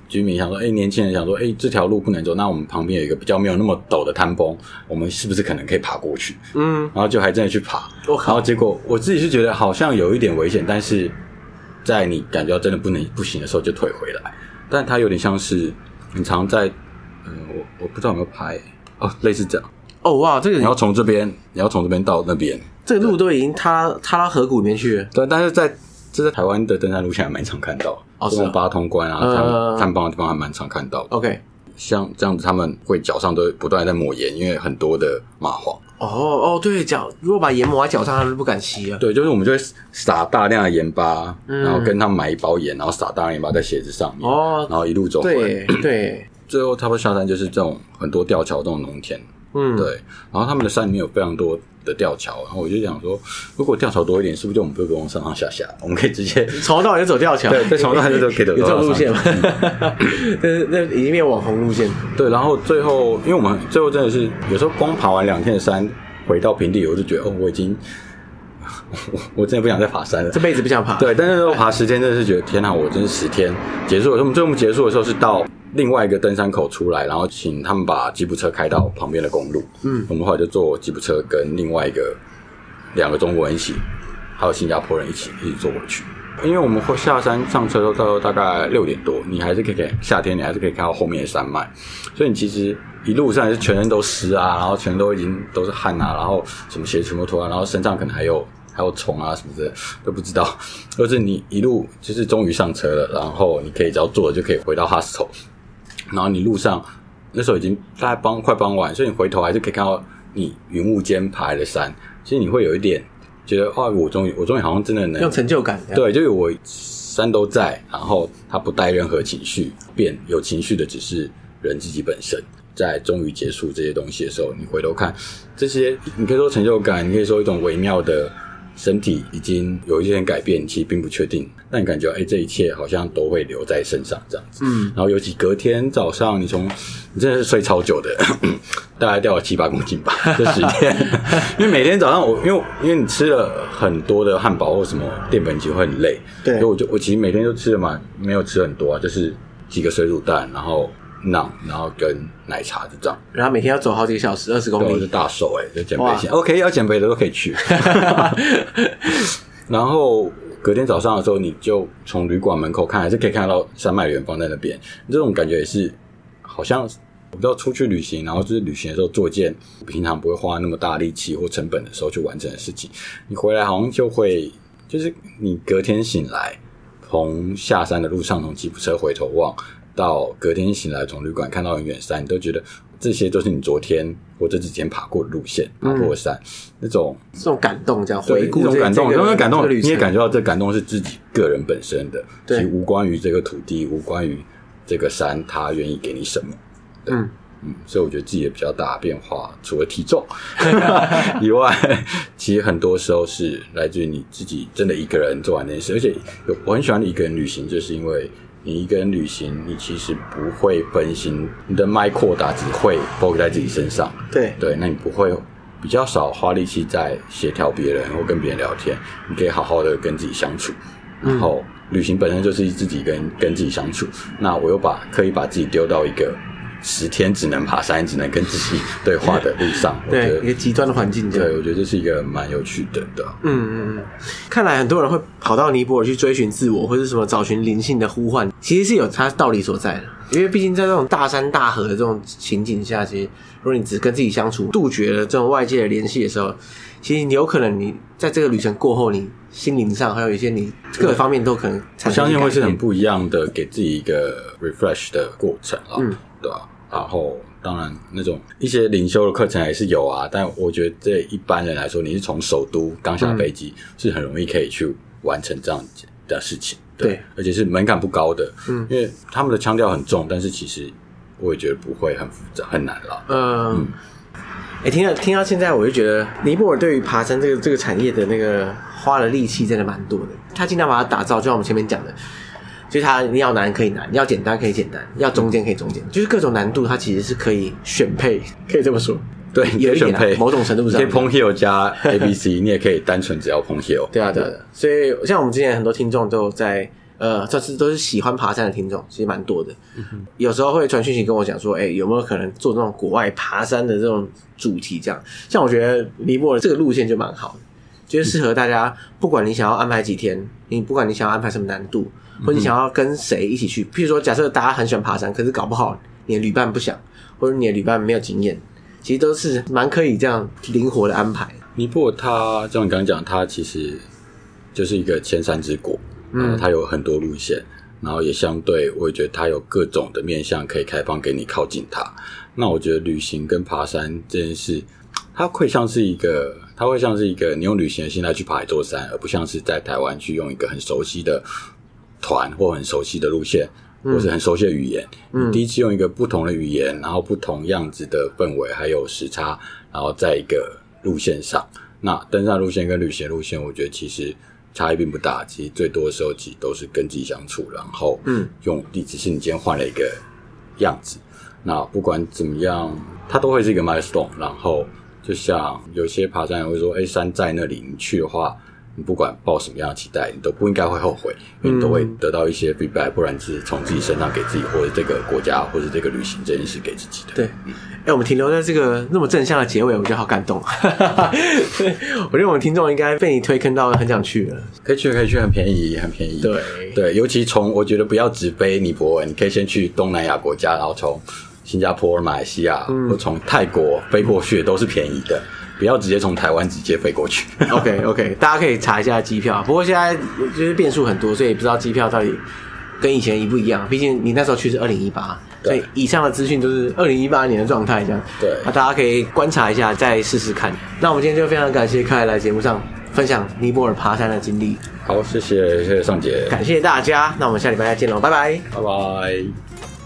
居民想说，年轻人想说，这条路不能走，那我们旁边有一个比较没有那么陡的滩崩，我们是不是可能可以爬过去？然后就还真的去爬，然后结果我自己是觉得好像有一点危险，但是在你感觉到真的不行的时候就退回来。但它有点像是你常在，我不知道有没有拍类似这样。 哇，这个你要从这边到那边， 这个路都已经塌到河谷里面去了。 对，但是这在台湾的登山路线还蛮常看到，这种八通关啊、探帮的地方还蛮常看到的。 OK， 像这样子，他们会脚上都不断在抹盐，因为很多的蚂蟥。 对，如果把盐抹在脚上，他们就不敢骑了。 对，就是我们就会撒大量的盐巴，然后跟他们买一包盐，然后撒大量盐巴在鞋子上面，然后一路走回来。 对， 最后差不多下山就是这种很多吊桥这种农田。对，然后他们的山里面有非常多的吊桥，然后我就想说，如果吊桥多一点，是不是就我们不用上上下下，我们可以直接从头到尾就走吊桥？ 对，从头到尾就可以走。 有这种路线吗？那已经变网红路线。 对，然后最后，因为我们最后真的是有时候光爬完2天的山，回到平地，我就觉得我已经。我真的不想再爬山了， 这辈子不想爬。 对，但是我爬10天，真的是觉得天哪，我真是10天结束了。我们最后结束的时候是到另外一个登山口出来，然后请他们把吉普车开到旁边的公路。我们后来就坐吉普车跟另外2个中国人一起，还有新加坡人一起坐回去。因为我们会下山上车到大概6点多，你还是可以夏天你还是可以看到后面的山脉，所以你其实一路上是全身都湿啊，然后全都已经都是汗啊，然后什么鞋全部脱啊，然后身上可能还有虫啊什么的都不知道，就是你一路就是终于上车了，然后你可以只要坐就可以回到 hostel， 然后你路上那时候已经大概快傍晚，所以你回头还是可以看到你云雾间爬来的山，其实你会有一点觉得我终于好像真的能用成就感。 对，就是我山都在，然后它不带任何情绪，有情绪的只是人自己本身。在终于结束这些东西的时候，你回头看这些，你可以说成就感，你可以说一种微妙的身体已经有一些改变，其实并不确定，但你感觉这一切好像都会留在身上这样子。然后尤其隔天早上你真的是睡超久的大概掉了7-8公斤吧这10天因为每天早上因为你吃了很多的汉堡或什么淀粉，其实会很累。 对， 所以我其实每天都吃了没有吃很多啊，就是几个水煮蛋，然后跟奶茶就这样， 然后每天要走好几个小时，20公里， 我是大瘦就减肥线 OK， 要减肥的都可以去然后隔天早上的时候，你就从旅馆门口看，还是可以看到山脉远方在那边，这种感觉也是好像我不知道出去旅行，然后就是旅行的时候做一件平常不会花那么大力气或成本的时候去完成的事情，你回来好像就是你隔天醒来，从下山的路上从吉普车回头望到隔天醒来从旅馆看到很远山，你都觉得这些都是你昨天或这几天爬过的路线，爬过的山，这种感动，这样回顾这种感动，感动， 你也感觉到这感动是自己个人本身的，其实无关于这个土地，无关于这个山，它愿意给你什么。所以我觉得自己的比较大的变化，除了体重以外，其实很多时候是来自于你自己真的一个人做完这件事。而且我很喜欢一个人旅行，就是因为你一个人旅行，你其实不会分心，你的麦扩大只会 focus 在自己身上。 对， 那你不会比较少花力气在协调别人或跟别人聊天，你可以好好的跟自己相处。然后旅行本身就是自己跟自己相处，那我又可以把自己丢到一个10天只能爬山，只能跟自己对话的路上， 对，一个极端的环境。 对，我觉得这是一个蛮有趣的。 看来很多人会跑到尼泊尔去追寻自我，或是什么找寻灵性的呼唤，其实是有它道理所在的。因为毕竟在这种大山大河的这种情景下，其实如果你只跟自己相处，杜绝了这种外界的联系的时候，其实你有可能你在这个旅程过后，你心灵上还有一些你各方面都可能产生改变。我相信会是很不一样的，给自己一个 refresh 的过程啦。对啊。然后当然那种一些灵修的课程还是有啊，但我觉得对一般人来说，你是从首都刚下飞机，是很容易可以去完成这样的事情。对，而且是门槛不高的。因为他们的腔调很重，但是其实我也觉得不会很复杂很难啦。 听到现在我就觉得尼泊尔对于爬山这个产业的那个花的力气真的蛮多的，他尽量把它打造，就像我们前面讲的，就是它你要难可以难，要简单可以简单，要中间可以中间，就是各种难度它其实是可以选配，可以这么说。 对， 有一点选配某种程度上， 你可以 Pong Hill 加 ABC， 你也可以单纯只要 Pong Hill。 对啊。所以像我们之前很多听众都有在这次都是喜欢爬山的听众，其实蛮多的。有时候会传讯息跟我讲说，有没有可能做这种国外爬山的这种主题？这样，像我觉得尼泊尔这个路线就蛮好的，就是适合大家，不管你想要安排几天，不管你想要安排什么难度，或者你想要跟谁一起去。譬如说，假设大家很喜欢爬山，可是搞不好你的旅伴不想，或者你的旅伴没有经验，其实都是蛮可以这样灵活的安排。 尼泊尔它像你刚刚讲，它其实就是一个千山之国，它有很多路线，然后也相对我也觉得它有各种的面向可以开放给你靠近它。那我觉得旅行跟爬山这件事，它会像是一个你用旅行的心态去爬一座山，而不像是在台湾去用一个很熟悉的团或很熟悉的路线，或是很熟悉的语言。你第一次用一个不同的语言，然后不同样子的氛围还有时差，然后在一个路线上，那登山路线跟旅行路线我觉得其实差异并不大，其实最多的时候其实都是跟自己相处，然后只是你今天换了一个样子。那不管怎么样它都会是一个 milestone， 然后就像有些爬山人会说山在那里，你去的话你不管抱什么样的期待，你都不应该会后悔，因为你都会得到一些 feedback， 不然是从自己身上给自己，或者这个国家或者这个旅行这件事给自己的。 对，我们停留在这个那么正向的结尾，我觉得好感动。我觉得我们听众应该被你推坑到很想去了。 可以去，很便宜，很便宜。对，尤其我觉得不要只飞尼泊尔，你可以先去东南亚国家，然后从新加坡、马来西亚，或从泰国飞过去都是便宜的。不要直接从台湾直接飞过去。 OK， 大家可以查一下机票。不过现在就是变数很多，所以不知道机票到底跟以前一不一样。毕竟你那时候去是2018，所以以上的资讯都是2018年的状态这样。 对， 那大家可以观察一下，再试试看。那我们今天就非常感谢凯来节目上分享尼泊尔爬山的经历。 好，谢谢尚杰， 感谢大家。那我们下礼拜再见喽，拜拜， 拜拜。